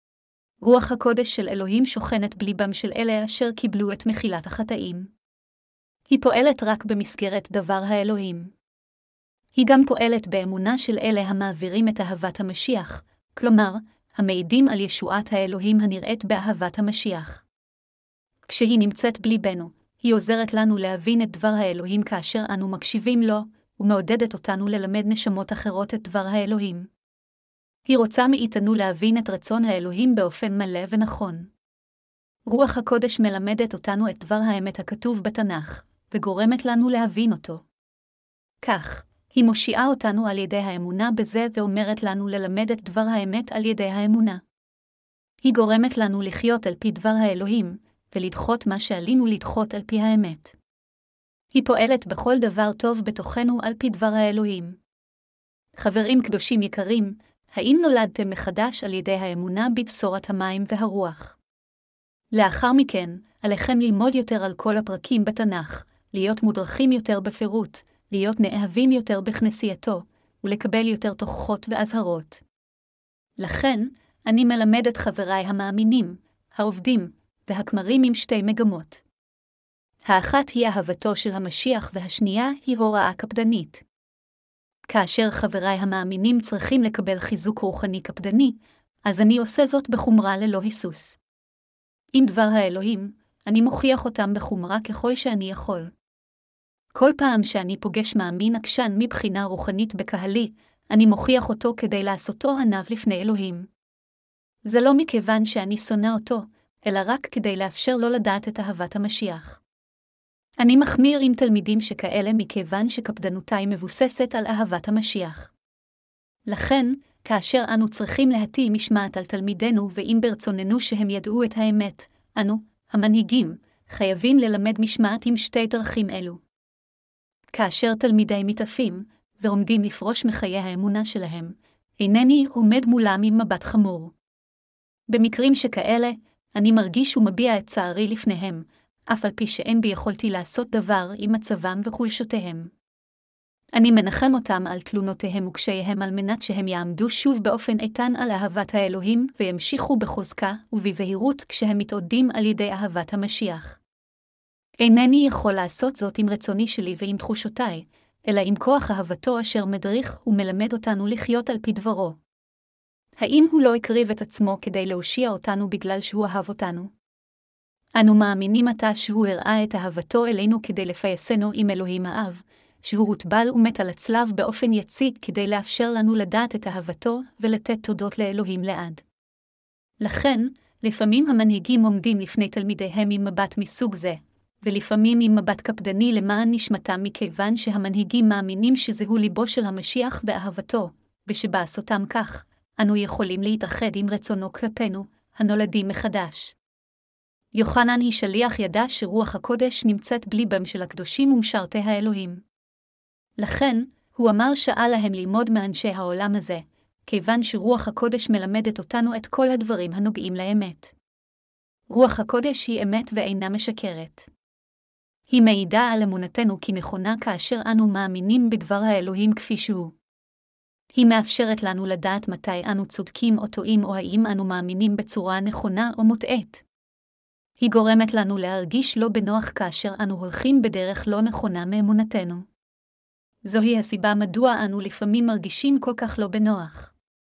רוח הקודש של אלוהים שוכנת בליבם של אלה אשר קיבלו את מחילת החטאים. היא פועלת רק במסגרת דבר האלוהים. היא גם פועלת באמונה של אלה המעבירים את אהבת המשיח, כלומר, המעידים על ישועת האלוהים הנראית באהבת המשיח. כשהיא נמצאת בליבנו, היא עוזרת לנו להבין את דבר האלוהים כאשר אנו מקשיבים לו, ומעודדת אותנו ללמד נשמות אחרות את דבר האלוהים. היא רוצה מאיתנו להבין את רצון האלוהים באופן מלא ונכון. רוח הקודש מלמדת אותנו את דבר האמת הכתוב בתנ"ך, וגורמת לנו להבין אותו. כך, היא מושיעה אותנו על ידי האמונה בזה ואומרת לנו ללמד את דבר האמת על ידי האמונה. היא גורמת לנו לחיות על פי דבר האלוהים, ולדחות מה שעלינו לדחות על פי האמת. היא פועלת בכל דבר טוב בתוכנו על פי דבר האלוהים. חברים קדושים יקרים, האם נולדתם מחדש על ידי האמונה בבשורת המים והרוח? לאחר מכן, עליכם ללמוד יותר על כל הפרקים בתנ"ך, להיות מודרכים יותר בפירוט, להיות נאהבים יותר בכנסייתו, ולקבל יותר תוכחות ואזהרות. לכן, אני מלמד את חבריי המאמינים, העובדים, והכמרים עם שתי מגמות. האחת היא אהבתו של המשיח והשנייה היא הוראה קפדנית. כאשר חבריי המאמינים צריכים לקבל חיזוק רוחני קפדני, אז אני עושה זאת בחומרה ללא היסוס. עם דבר האלוהים, אני מוכיח אותם בחומרה ככל שאני יכול. כל פעם שאני פוגש מאמין עקשן מבחינה רוחנית בקהלי, אני מוכיח אותו כדי לעשותו עניו לפני אלוהים. זה לא מכיוון שאני שונא אותו, אלא רק כדי לאפשר לו לדעת את אהבת המשיח. אני מחמיר עם תלמידים שכאלה מכיוון שקפדנותי מבוססת על אהבת המשיח. לכן, כאשר אנו צריכים להטיל משמעת על תלמידינו ואם ברצוננו שהם ידעו את האמת, אנו, המנהיגים, חייבים ללמד משמעת עם שתי דרכים אלו. כאשר תלמידי מתעפים ועומדים לפרוש מחיי האמונה שלהם, אינני עומד מולם עם מבט חמור. במקרים שכאלה, אני מרגיש ומביע את צערי לפניהם, אף על פי שאין ביכולתי לעשות דבר עם מצבם וחולשותיהם. אני מנחם אותם על תלונותיהם וקשייהם על מנת שהם יעמדו שוב באופן איתן על אהבת האלוהים וימשיכו בחוזקה ובבהירות כשהם מתעודים על ידי אהבת המשיח. אינני יכול לעשות זאת עם רצוני שלי ועם תחושותיי, אלא עם כוח אהבתו אשר מדריך ומלמד אותנו לחיות על פי דברו. האם הוא לא הקריב את עצמו כדי להושיע אותנו בגלל שהוא אהב אותנו? אנו מאמינים עתה שהוא הראה את אהבתו אלינו כדי לפייסנו עם אלוהים האב, שהוא הוטבל ומת על הצלב באופן יציג כדי לאפשר לנו לדעת את אהבתו ולתת תודות לאלוהים לעד. לכן, לפעמים המנהיגים עומדים לפני תלמידיהם עם מבט מסוג זה, ולפעמים עם מבט קפדני למען נשמתם מכיוון שהמנהיגים מאמינים שזהו ליבו של המשיח ואהבתו, ושבעשותם כך, אנו יכולים להתאחד עם רצונו כלפינו, הנולדים מחדש. יוחנן היא שליח ידע שרוח הקודש נמצאת בליבם של הקדושים ומשרתי האלוהים. לכן, הוא אמר שעה להם ללמוד מאנשי העולם הזה, כיוון שרוח הקודש מלמדת אותנו את כל הדברים הנוגעים לאמת. רוח הקודש היא אמת ואינה משקרת. היא מעידה על אמונתנו כי נכונה כאשר אנו מאמינים בדבר האלוהים כפי שהוא. היא מאפשרת לנו לדעת מתי אנו צודקים או טועים או האם אנו מאמינים בצורה נכונה או מוטעית. היא גורמת לנו להרגיש לא בנוח כאשר אנו הולכים בדרך לא נכונה מאמונתנו. זוהי הסיבה מדוע אנו לפעמים מרגישים כל כך לא בנוח.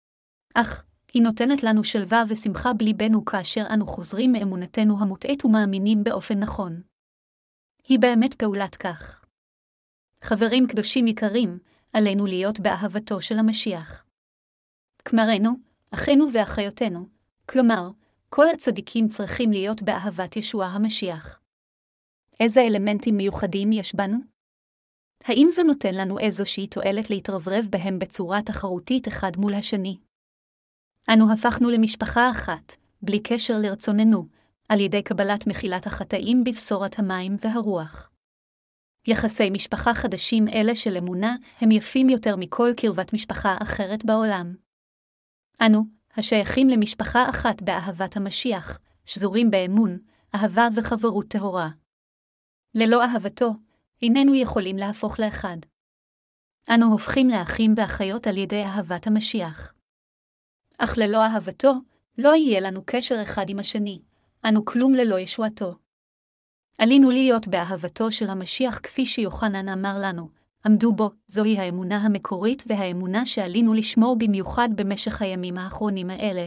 אך, היא נותנת לנו שלווה ושמחה בליבנו כאשר אנו חוזרים מאמונתנו המוטעית ומאמינים באופן נכון. היא באמת פעולת כך. חברים קדושים יקרים, עלינו להיות באהבתו של המשיח. כמרנו, אחינו ואחיותינו, כלומר, כל הצדיקים צריכים להיות באהבת ישוע המשיח. איזה אלמנטים מיוחדים יש בנו? האם זה נותן לנו איזושהי תועלת להתרברב בהם בצורה תחרותית אחד מול השני? אנו הפכנו למשפחה אחת, בלי קשר לרצוננו, על ידי קבלת מחילת החטאים בבשורת המים והרוח. יחסי משפחה חדשים אלה של אמונה הם יפים יותר מכל קרבת משפחה אחרת בעולם. אנו, השייכים למשפחה אחת באהבת המשיח, שזורים באמון, אהבה וחברות טהורה. ללא אהבתו, איננו יכולים להפוך לאחד. אנו הופכים לאחים ואחיות על ידי אהבת המשיח. אך ללא אהבתו, לא יהיה לנו קשר אחד עם השני, אנו כלום ללא ישועתו. עלינו להיות באהבתו של המשיח כפי שיוחנן אמר לנו, עמדו בו, זוהי האמונה המקורית והאמונה שעלינו לשמור במיוחד במשך הימים האחרונים האלה.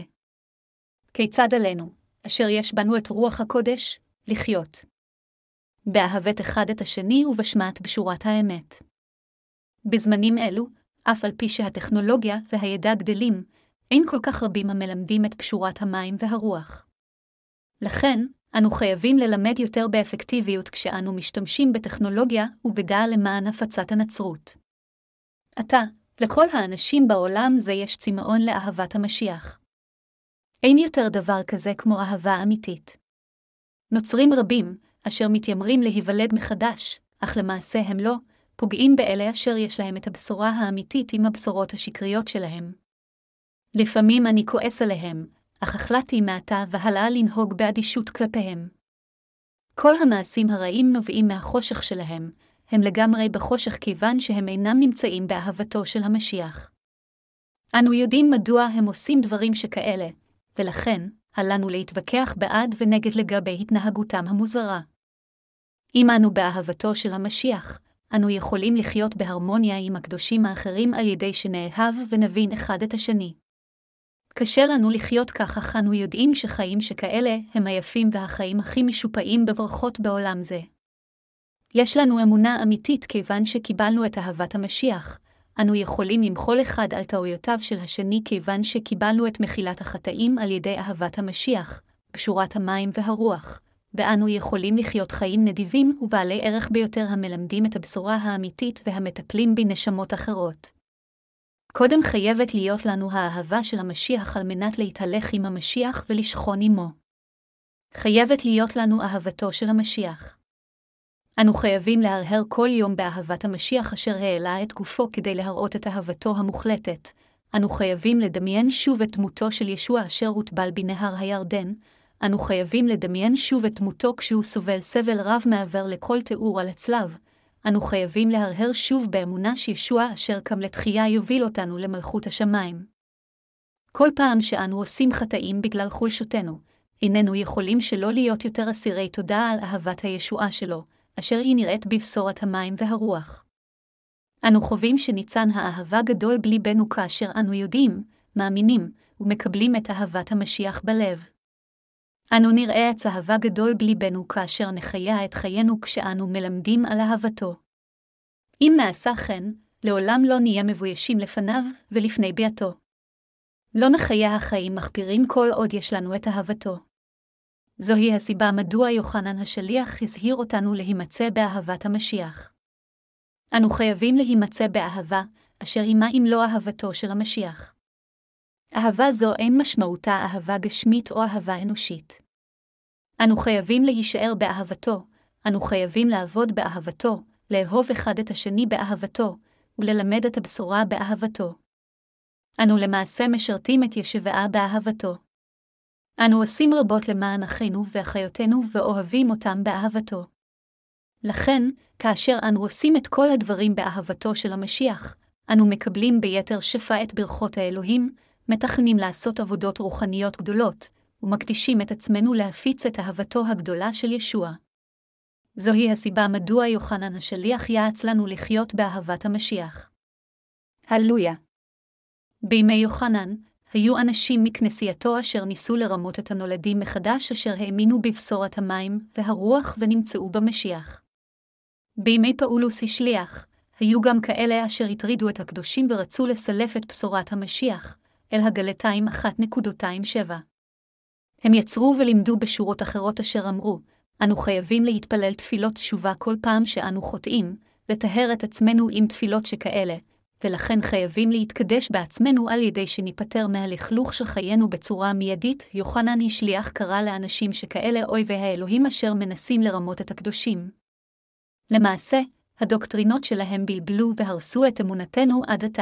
כיצד עלינו, אשר יש בנו את רוח הקודש, לחיות? באהבת אחד את השני ובשמעת בשורת האמת. בזמנים אלו, אף על פי שהטכנולוגיה והידע גדלים, אין כל כך רבים המלמדים את בשורת המים והרוח. לכן, אנו חייבים ללמד יותר באפקטיביות כשאנו משתמשים בטכנולוגיה ובדעה למען הפצת הנצרות. עתה, לכל האנשים בעולם זה יש צמאון לאהבת המשיח. אין יותר דבר כזה כמו אהבה אמיתית. נוצרים רבים, אשר מתיימרים להיוולד מחדש, אך למעשה הם לא, פוגעים באלה אשר יש להם את הבשורה האמיתית עם הבשורות השקריות שלהם. לפעמים אני כועס עליהם, אך החלטתי מעתה והלאה לנהוג באדישות כלפיהם. כל המעשים הרעים נובעים מהחושך שלהם, הם לגמרי בחושך כיוון שהם אינם נמצאים באהבתו של המשיח. אנו יודעים מדוע הם עושים דברים שכאלה, ולכן, עלינו להתווכח בעד ונגד לגבי התנהגותם המוזרה. אם אנו באהבתו של המשיח, אנו יכולים לחיות בהרמוניה עם הקדושים האחרים על ידי שנאהב ונבין אחד את השני. קשה לנו לחיות כך, אך אנו יודעים שחיים שכאלה הם היפים והחיים הכי משופעים בברכות בעולם זה. יש לנו אמונה אמיתית כיוון שקיבלנו את אהבת המשיח. אנו יכולים למחול אחד על טעויותיו של השני כיוון שקיבלנו את מחילת החטאים על ידי אהבת המשיח, בשורת המים והרוח, ואנו יכולים לחיות חיים נדיבים ובעלי ערך ביותר המלמדים את הבשורה האמיתית והמטפלים בנשמות אחרות. קודם חייבת להיות לנו האהבה של המשיח על מנת להתהלך עם המשיח ולשכון עמו. חייבת להיות לנו אהבתו של המשיח. אנו חייבים להרהר כל יום באהבת המשיח אשר העלה את גופו כדי להראות את אהבתו המוחלטת. אנו חייבים לדמיין שוב את דמותו של ישוע אשר הוטבל בנהר הירדן. אנו חייבים לדמיין שוב את דמותו כשהוא סובל סבל רב מעבר לכל תיאור על הצלב. אנו חייבים להרהר שוב באמונה שישוע אשר קם לתחייה יוביל אותנו למלכות השמיים. כל פעם שאנו עושים חטאים בגלל חולשותנו, איננו יכולים שלא להיות יותר אסירי תודה על אהבת הישועה שלו, אשר היא נראית בבשורת המים והרוח. אנו חווים שניצן האהבה גדול בליבנו כאשר אנו יודעים, מאמינים ומקבלים את אהבת המשיח בלב. אנו נראה את אהבה גדול בליבנו כאשר נחיה את חיינו כשאנו מלמדים על אהבתו. אם נעשה כן, לעולם לא נהיה מבוישים לפניו ולפני ביאתו. לא נחיה החיים מחפירים כל עוד יש לנו את אהבתו. זוהי הסיבה מדוע יוחנן השליח הזהיר אותנו להימצא באהבת המשיח. אנו חייבים להימצא באהבה, אשר עמה אם לא אהבתו של המשיח. אהבה זו אין משמעותה אהבה גשמית או אהבה אנושית. אנו חייבים להישאר באהבתו, אנו חייבים לעבוד באהבתו, לאהוב אחד את השני באהבתו, וללמד את הבשורה באהבתו. אנו למעשה משרתים את ישוע באהבתו. אנו עושים רבות למען אחינו ואחיותינו ואוהבים אותם באהבתו. לכן, כאשר אנו עושים את כל הדברים באהבתו של המשיח, אנו מקבלים ביתר שפע את ברכות האלוהים, מתכננים לעשות עבודות רוחניות גדולות, ומקדישים את עצמנו להפיץ את אהבתו הגדולה של ישוע. זוהי הסיבה מדוע יוחנן השליח יעץ לנו לחיות באהבת המשיח. הללויה. בימי יוחנן, היו אנשים מכנסייתו אשר ניסו לרמות את הנולדים מחדש אשר האמינו בבשורת המים והרוח ונמצאו במשיח. בימי פאולוס השליח, היו גם כאלה אשר הטרידו את הקדושים ורצו לסלף את בשורת המשיח, אל הגלתיים 1.27. הם יצרו ולימדו בשורות אחרות אשר אמרו, אנו חייבים להתפלל תפילות תשובה כל פעם שאנו חוטאים, לטהר את עצמנו עם תפילות שכאלה, ולכן חייבים להתקדש בעצמנו על ידי שניפטר מהלכלוך של חיינו בצורה מיידית. יוחנן השליח קרא לאנשים שכאלה אויבי האלוהים אשר מנסים לרמות את הקדושים. למעשה, הדוקטרינות שלהם בלבלו והרסו את אמונתנו עד עתה.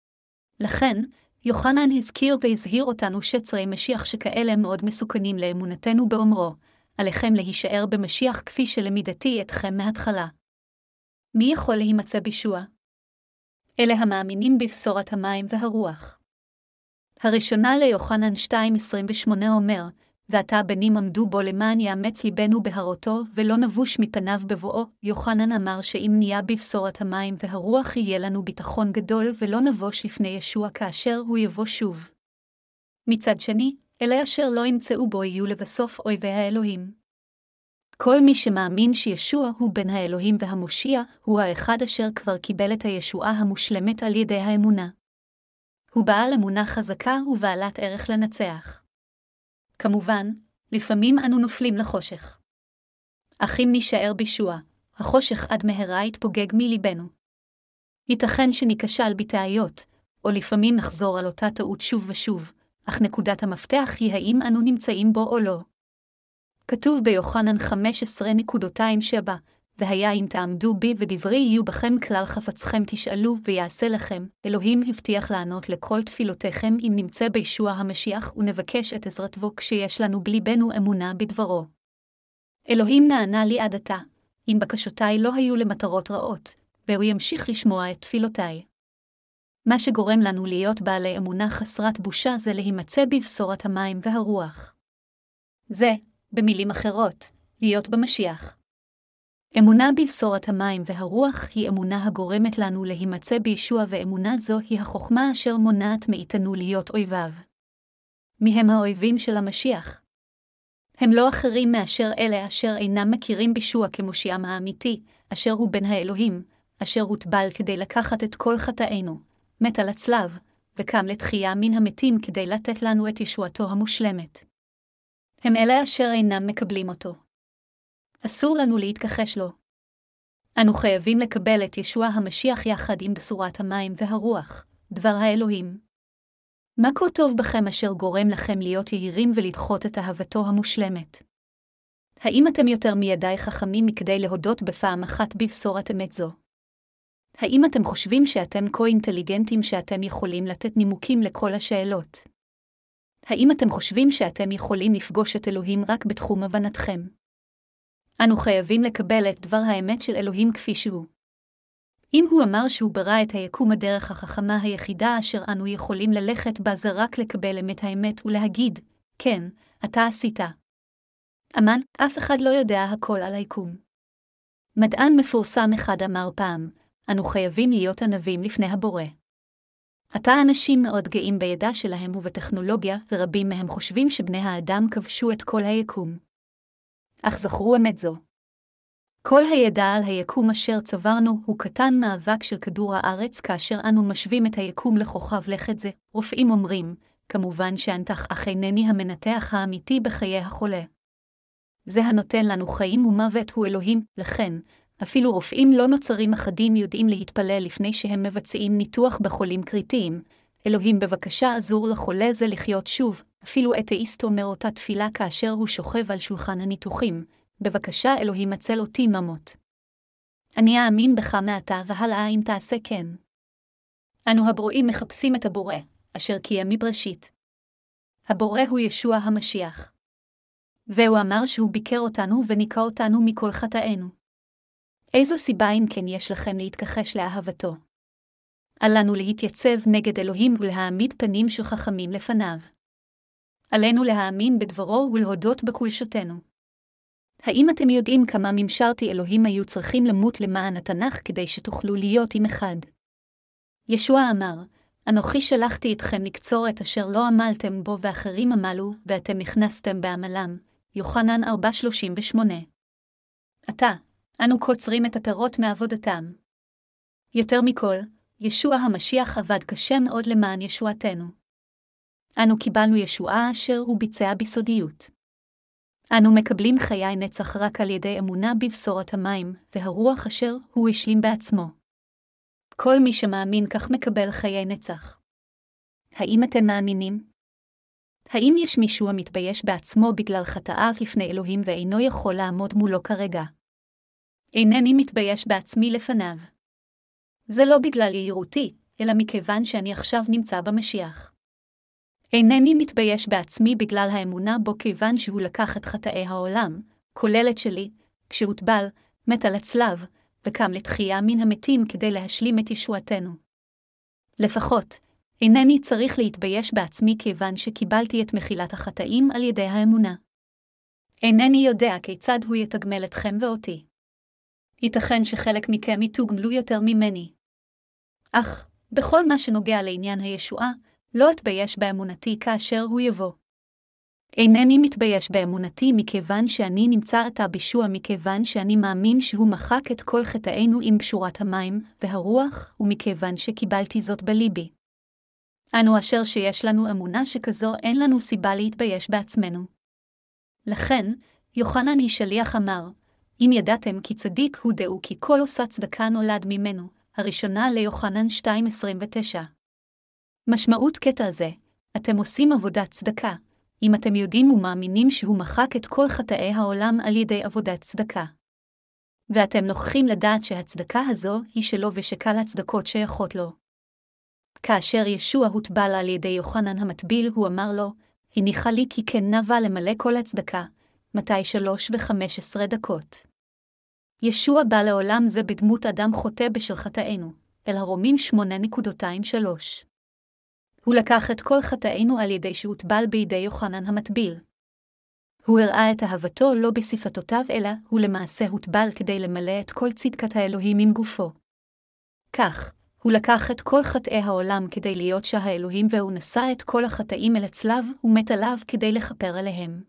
לכן, יוחנן הזכיר והזהיר אותנו שצרי משיח שכאלה מאוד מסוכנים לאמונתנו באומרו, עליכם להישאר במשיח כפי שלמידתי אתכם מההתחלה. מי יכול להימצא בישוע? אלה המאמינים בבשורת המים והרוח. הראשונה ליוחנן 2:28 אומר, ועתה בנים עמדו בו למען יאמץ ליבנו בהראותו ולא נבוש מפניו בבואו. יוחנן אמר שאם נהיה בבשורת המים והרוח יהיה לנו ביטחון גדול ולא נבוש לפני ישוע כאשר הוא יבוא שוב. מצד שני, אלה אשר לא ימצאו בו יהיו לבסוף אויבי האלוהים. כל מי שמאמין שישוע הוא בן האלוהים והמושיע, הוא האחד אשר כבר קיבל את הישועה המושלמת על ידי האמונה. הוא בעל אמונה חזקה ובעלת ערך לנצח. כמובן, לפעמים אנו נופלים לחושך. אך אם נשאר בישוע, החושך עד מהרה יתפוגג מליבנו. ייתכן שניכשל בטעויות, או לפעמים נחזור על אותה טעות שוב ושוב, אך נקודת המפתח היא האם אנו נמצאים בו או לא. כתוב ביוחנן 15:27, והיה אם תעמדו בי ודברי יהיו בכם כלל חפצכם תשאלו ויעשה לכם. אלוהים הבטיח לענות לכל תפילותיכם אם נמצא בישוע המשיח ונבקש את עזרתו כשיש לנו בליבנו אמונה בדברו. אלוהים נענה לי עד עתה, אם בקשותיי לא היו למטרות רעות, והוא ימשיך לשמוע את תפילותיי. מה שגורם לנו להיות בעלי אמונה חסרת בושה זה להימצא בבשורת המים והרוח. זה, במילים אחרות, להיות במשיח. אמונה בבשורת המים והרוח היא אמונה הגורמת לנו להימצא בישוע, ואמונה זו היא החוכמה אשר מונעת מאיתנו להיות אויביו. מי הם האויבים של המשיח? הם לא אחרים מאשר אלה אשר אינם מכירים בישוע כמושיעם האמיתי, אשר הוא בן האלוהים, אשר הוטבל כדי לקחת את כל חטאינו, מת על הצלב, וקם לתחייה מן המתים כדי לתת לנו את ישועתו המושלמת. הם אלה אשר אינם מקבלים אותו. אסור לנו להתכחש לו. אנו חייבים לקבל את ישוע המשיח יחד עם בשורת המים והרוח, דבר האלוהים. מה כה טוב בכם אשר גורם לכם להיות יהירים ולדחות את אהבתו המושלמת? האם אתם יותר מידי חכמים מכדי להודות בפעם אחת בבשורת אמת זו? האם אתם חושבים שאתם כה אינטליגנטים שאתם יכולים לתת נימוקים לכל השאלות? האם אתם חושבים שאתם יכולים לפגוש את אלוהים רק בתחום הבנתכם? אנו חייבים לקבל את דבר האמת של אלוהים כפי שהוא. אם הוא אמר שהוא ברא את היקום, הדרך החכמה היחידה אשר אנו יכולים ללכת בה זה רק לקבל אמת האמת ולהגיד, כן, אתה עשית. אמן, אף אחד לא יודע הכל על היקום. מדען מפורסם אחד אמר פעם, אנו חייבים להיות ענבים לפני הבורא. עתה אנשים מאוד גאים בידע שלהם ובטכנולוגיה, ורבים מהם חושבים שבני האדם כבשו את כל היקום. אך זכרו אמת זו. כל הידע על היקום אשר צברנו הוא קטן מאבק של כדור הארץ כאשר אנו משווים את היקום לכוכב לכת זה. רופאים אומרים, כמובן שאנתך אך אינני המנתח האמיתי בחיי החולה. זה הנותן לנו חיים ומוות הוא אלוהים, לכן, אפילו רופאים לא נוצרים אחדים יודעים להתפלל לפני שהם מבצעים ניתוח בחולים קריטיים. אלוהים בבקשה עזור לחולה זה לחיות שוב, אפילו אתאיסט אומר אותה תפילה כאשר הוא שוכב על שולחן הניתוחים. בבקשה אלוהים הצל אותי ממות. אני אאמין בך מעתה והלאה אם תעשה כן. אנו הברואים מחפשים את הבורא, אשר קיים מבראשית. הבורא הוא ישוע המשיח. והוא אמר שהוא ביקר אותנו וניקה אותנו מכל חטאינו. איזו סיבה אם כן יש לכם להתכחש לאהבתו? עלינו להתייצב נגד אלוהים ולהעמיד פנים של חכמים לפניו. עלינו להאמין בדברו ולהודות בקולשותנו. האם אתם יודעים כמה ממשרתי אלוהים היו צריכים למות למען התנ"ך כדי שתוכלו להיות עם אחד? ישוע אמר, אנוכי שלחתי אתכם לקצור את אשר לא עמלתם בו ואחרים עמלו, ואתם נכנסתם בעמלם. יוחנן 4:38. עתה, אנו קוצרים את הפירות מעבודתם. יותר מכל, ישוע המשיח עבד קשה מאוד למען ישועתנו. אנו קיבלנו ישועה אשר הוא ביצע בסודיות. אנו מקבלים חיי נצח רק על ידי אמונה בבשורת המים, והרוח אשר הוא השלים בעצמו. כל מי שמאמין כך מקבל חיי נצח. האם אתם מאמינים? האם יש מישהו המתבייש בעצמו בגלל חטאיו לפני אלוהים ואינו יכול לעמוד מולו כרגע? אינני מתבייש בעצמי לפניו. זה לא בגלל יהירותי, אלא מכיוון שאני עכשיו נמצא במשיח. אינני מתבייש בעצמי בגלל האמונה בו כיוון שהוא לקח את חטאי העולם, כולל את שלי, כשהוטבל, מת על הצלב, וקם לתחייה מן המתים כדי להשלים את ישועתנו. לפחות, אינני צריך להתבייש בעצמי כיוון שקיבלתי את מחילת החטאים על ידי האמונה. אינני יודע כיצד הוא יתגמל אתכם ואותי. ייתכן שחלק מכם יתוגמלו יותר ממני. אך, בכל מה שנוגע לעניין הישועה, לא אתבייש באמונתי כאשר הוא יבוא. אינני מתבייש באמונתי מכיוון שאני נמצא עתה בישוע מכיוון שאני מאמין שהוא מחק את כל חטאינו עם בשורת המים והרוח ומכיוון שקיבלתי זאת בליבי. אנו אשר שיש לנו אמונה שכזו אין לנו סיבה להתבייש בעצמנו. לכן, יוחנן השליח אמר, אם ידעתם כי צדיק הוא דעו כי כל עושה צדקה נולד ממנו, הראשונה ליוחנן 2:29. משמעות קטע זה, אתם עושים עבודת צדקה, אם אתם יודעים ומאמינים שהוא מחק את כל חטאי העולם על ידי עבודת צדקה. ואתם נוכחים לדעת שהצדקה הזו היא שלו ושכל הצדקות שייכות לו. כאשר ישוע הוטבל על ידי יוחנן המטביל, הוא אמר לו, הניחה לי כי כן נבע למלא כל הצדקה, מתי 3:15. ישוע בא לעולם זה בדמות אדם חוטא בשל חטאינו, אל הרומים 8:23. הוא לקח את כל חטאינו על ידי שהוטבל בידי יוחנן המטביל. הוא הראה את אהבתו לא בשיפתותיו אלא הוא למעשה הוטבל כדי למלא את כל צדקת האלוהים עם גופו. כך, הוא לקח את כל חטאי העולם כדי להיות שהאלוהים, והוא נשא את כל החטאים אל הצלב ומת עליו כדי לכפר עליהם.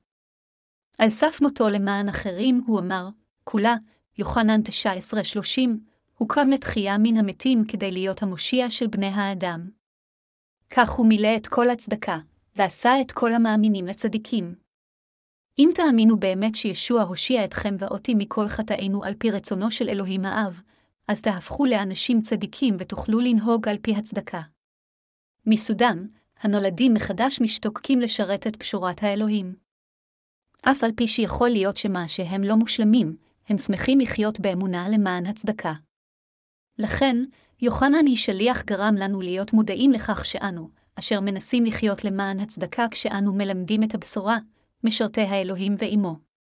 על סף מותו למען אחרים הוא אמר, כולה, יוחנן 19:30, הוא קם לתחייה מן המתים כדי להיות המושיע של בני האדם. כך הוא מילא את כל הצדקה, ועשה את כל המאמינים לצדיקים. אם תאמינו באמת שישוע הושיע אתכם ואותי מכל חטאינו על פי רצונו של אלוהים האב, אז תהפכו לאנשים צדיקים ותוכלו לנהוג על פי הצדקה. מסודם, הנולדים מחדש משתוקקים לשרת את פשורת האלוהים. אף על פי שיכול להיות שמה שהם לא מושלמים, הם שמחים לחיות באמונה למען הצדקה. לכן, יוחנן איש שליח גרם לנו להיות מודעים לכך שאנו, אשר מנסים לחיות למען הצדקה כשאנו מלמדים את הבשורה, משרתי האלוהים ועמו.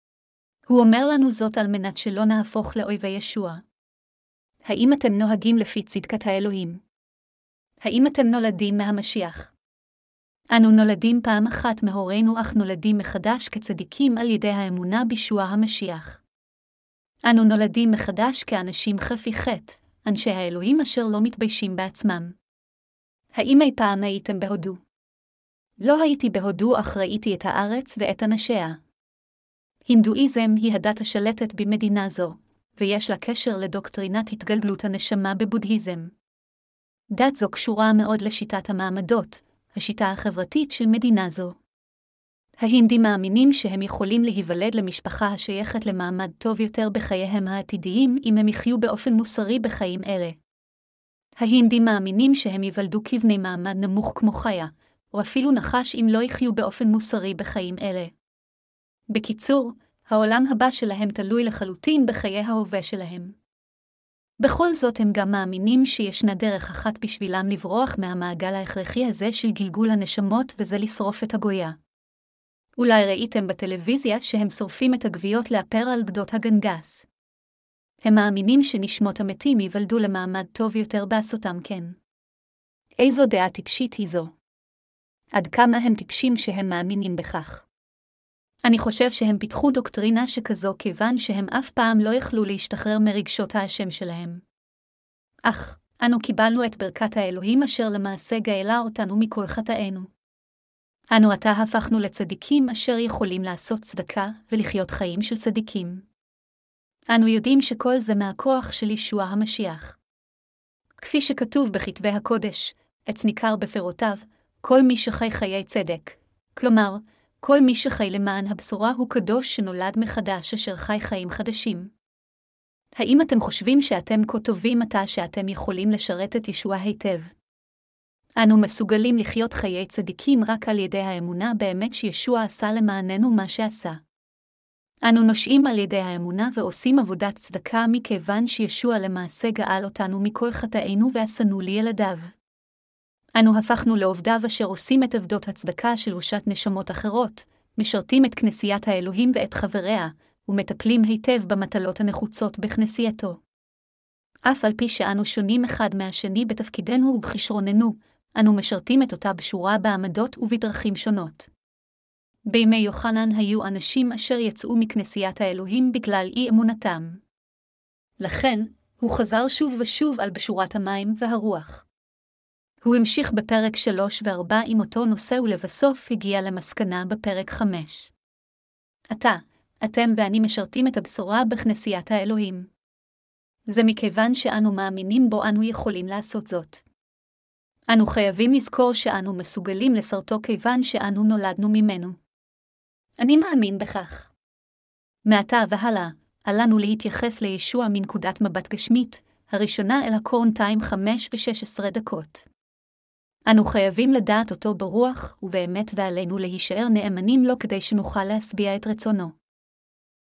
הוא אומר לנו זאת על מנת שלא נהפוך לאויבי ישוע. האם אתם נוהגים לפי צדקת האלוהים? האם אתם נולדים מהמשיח? אנו נולדים פעם אחת מהורינו, אך נולדים מחדש כצדיקים על ידי האמונה בישוע המשיח. אנו נולדים מחדש כאנשים חפי חטא, אנשי האלוהים אשר לא מתביישים בעצמם. האם אי פעם הייתם בהודו? לא הייתי בהודו, אך ראיתי את הארץ ואת אנשיה. הינדואיזם היא הדת השלטת במדינה זו, ויש לה קשר לדוקטרינת התגלגלות הנשמה בבודהיזם. דת זו קשורה מאוד לשיטת המעמדות, השיטה החברתית של מדינה זו. ההינדים מאמינים שהם יכולים להיוולד למשפחה השייכת למעמד טוב יותר בחייהם העתידיים אם הם יחיו באופן מוסרי בחיים אלה. ההינדים מאמינים שהם ייוולדו כבני מעמד נמוך כמו חיה, או אפילו נחש אם לא יחיו באופן מוסרי בחיים אלה. בקיצור, העולם הבא שלהם תלוי לחלוטין בחיי ההווה שלהם. בכל זאת הם גם מאמינים שישנה דרך אחת בשבילם לברוח מהמעגל ההכרחי הזה של גלגול הנשמות, וזה לשרוף את הגויה. אולי ראיתם בטלוויזיה שהם שורפים את הגוויות לאפר על גדות הגנגס. הם מאמינים שנשמות המתים ייוולדו למעמד טוב יותר בעשותם כן. איזו דעה טיפשית היא זו? עד כמה הם טיפשים שהם מאמינים בכך? אני חושב שהם פיתחו דוקטרינה שכזו כיוון שהם אף פעם לא יכלו להשתחרר מרגשות האשם שלהם. אך, אנו קיבלנו את ברכת האלוהים אשר למעשה גאלה אותנו מכל חטאינו. אנו עתה הפכנו לצדיקים אשר יכולים לעשות צדקה ולחיות חיים של צדיקים. אנו יודעים שכל זה מהכוח של ישוע המשיח. כפי שכתוב בכתבי הקודש, עץ ניכר בפירותיו, כל מי שחי חיי צדק. כלומר, כל מי שחי למען הבשורה הוא קדוש שנולד מחדש אשר חי חיים חדשים. האם אתם חושבים שאתם כה טובים עתה שאתם יכולים לשרת את ישוע היטב? אנו מסוגלים לחיות חיי צדיקים רק על ידי האמונה באמת שישוע עשה למעננו מה שעשה. אנו נושעים על ידי האמונה ועושים עבודת צדקה מכיוון שישוע למעשה גאל אותנו מכל חטאינו ועשנו לילדיו. אנו הפכנו לעובדיו אשר עושים את עבדות הצדקה של הושת נשמות אחרות, משרתים את כנסיית האלוהים ואת חבריה, ומטפלים היטב במטלות הנחוצות בכנסייתו. אף על פי שאנו שונים אחד מהשני בתפקידנו ובכישרוננו, אנו משרתים את אותה בשורה בעמדות ובדרכים שונות. בימי יוחנן היו אנשים אשר יצאו מכנסיית האלוהים בגלל אי אמונתם. לכן, הוא חזר שוב ושוב על בשורת המים והרוח. הוא המשיך בפרק 3 ו4 עם אותו נושא ולבסוף הגיע למסקנה בפרק 5. עתה, אתם ואני משרתים את הבשורה בכנסיית האלוהים. זה מכיוון שאנו מאמינים בו אנו יכולים לעשות זאת. אנו חייבים לזכור שאנו מסוגלים לסרטו כיוון שאנו נולדנו ממנו. אני מאמין בכך. מעתה והלאה, עלינו להתייחס לישוע מנקודת מבט גשמית, הראשונה אל הקורינתיים 5:16. אנו חייבים לדעת אותו ברוח ובאמת ועלינו להישאר נאמנים לו כדי שנוכל להשביע את רצונו.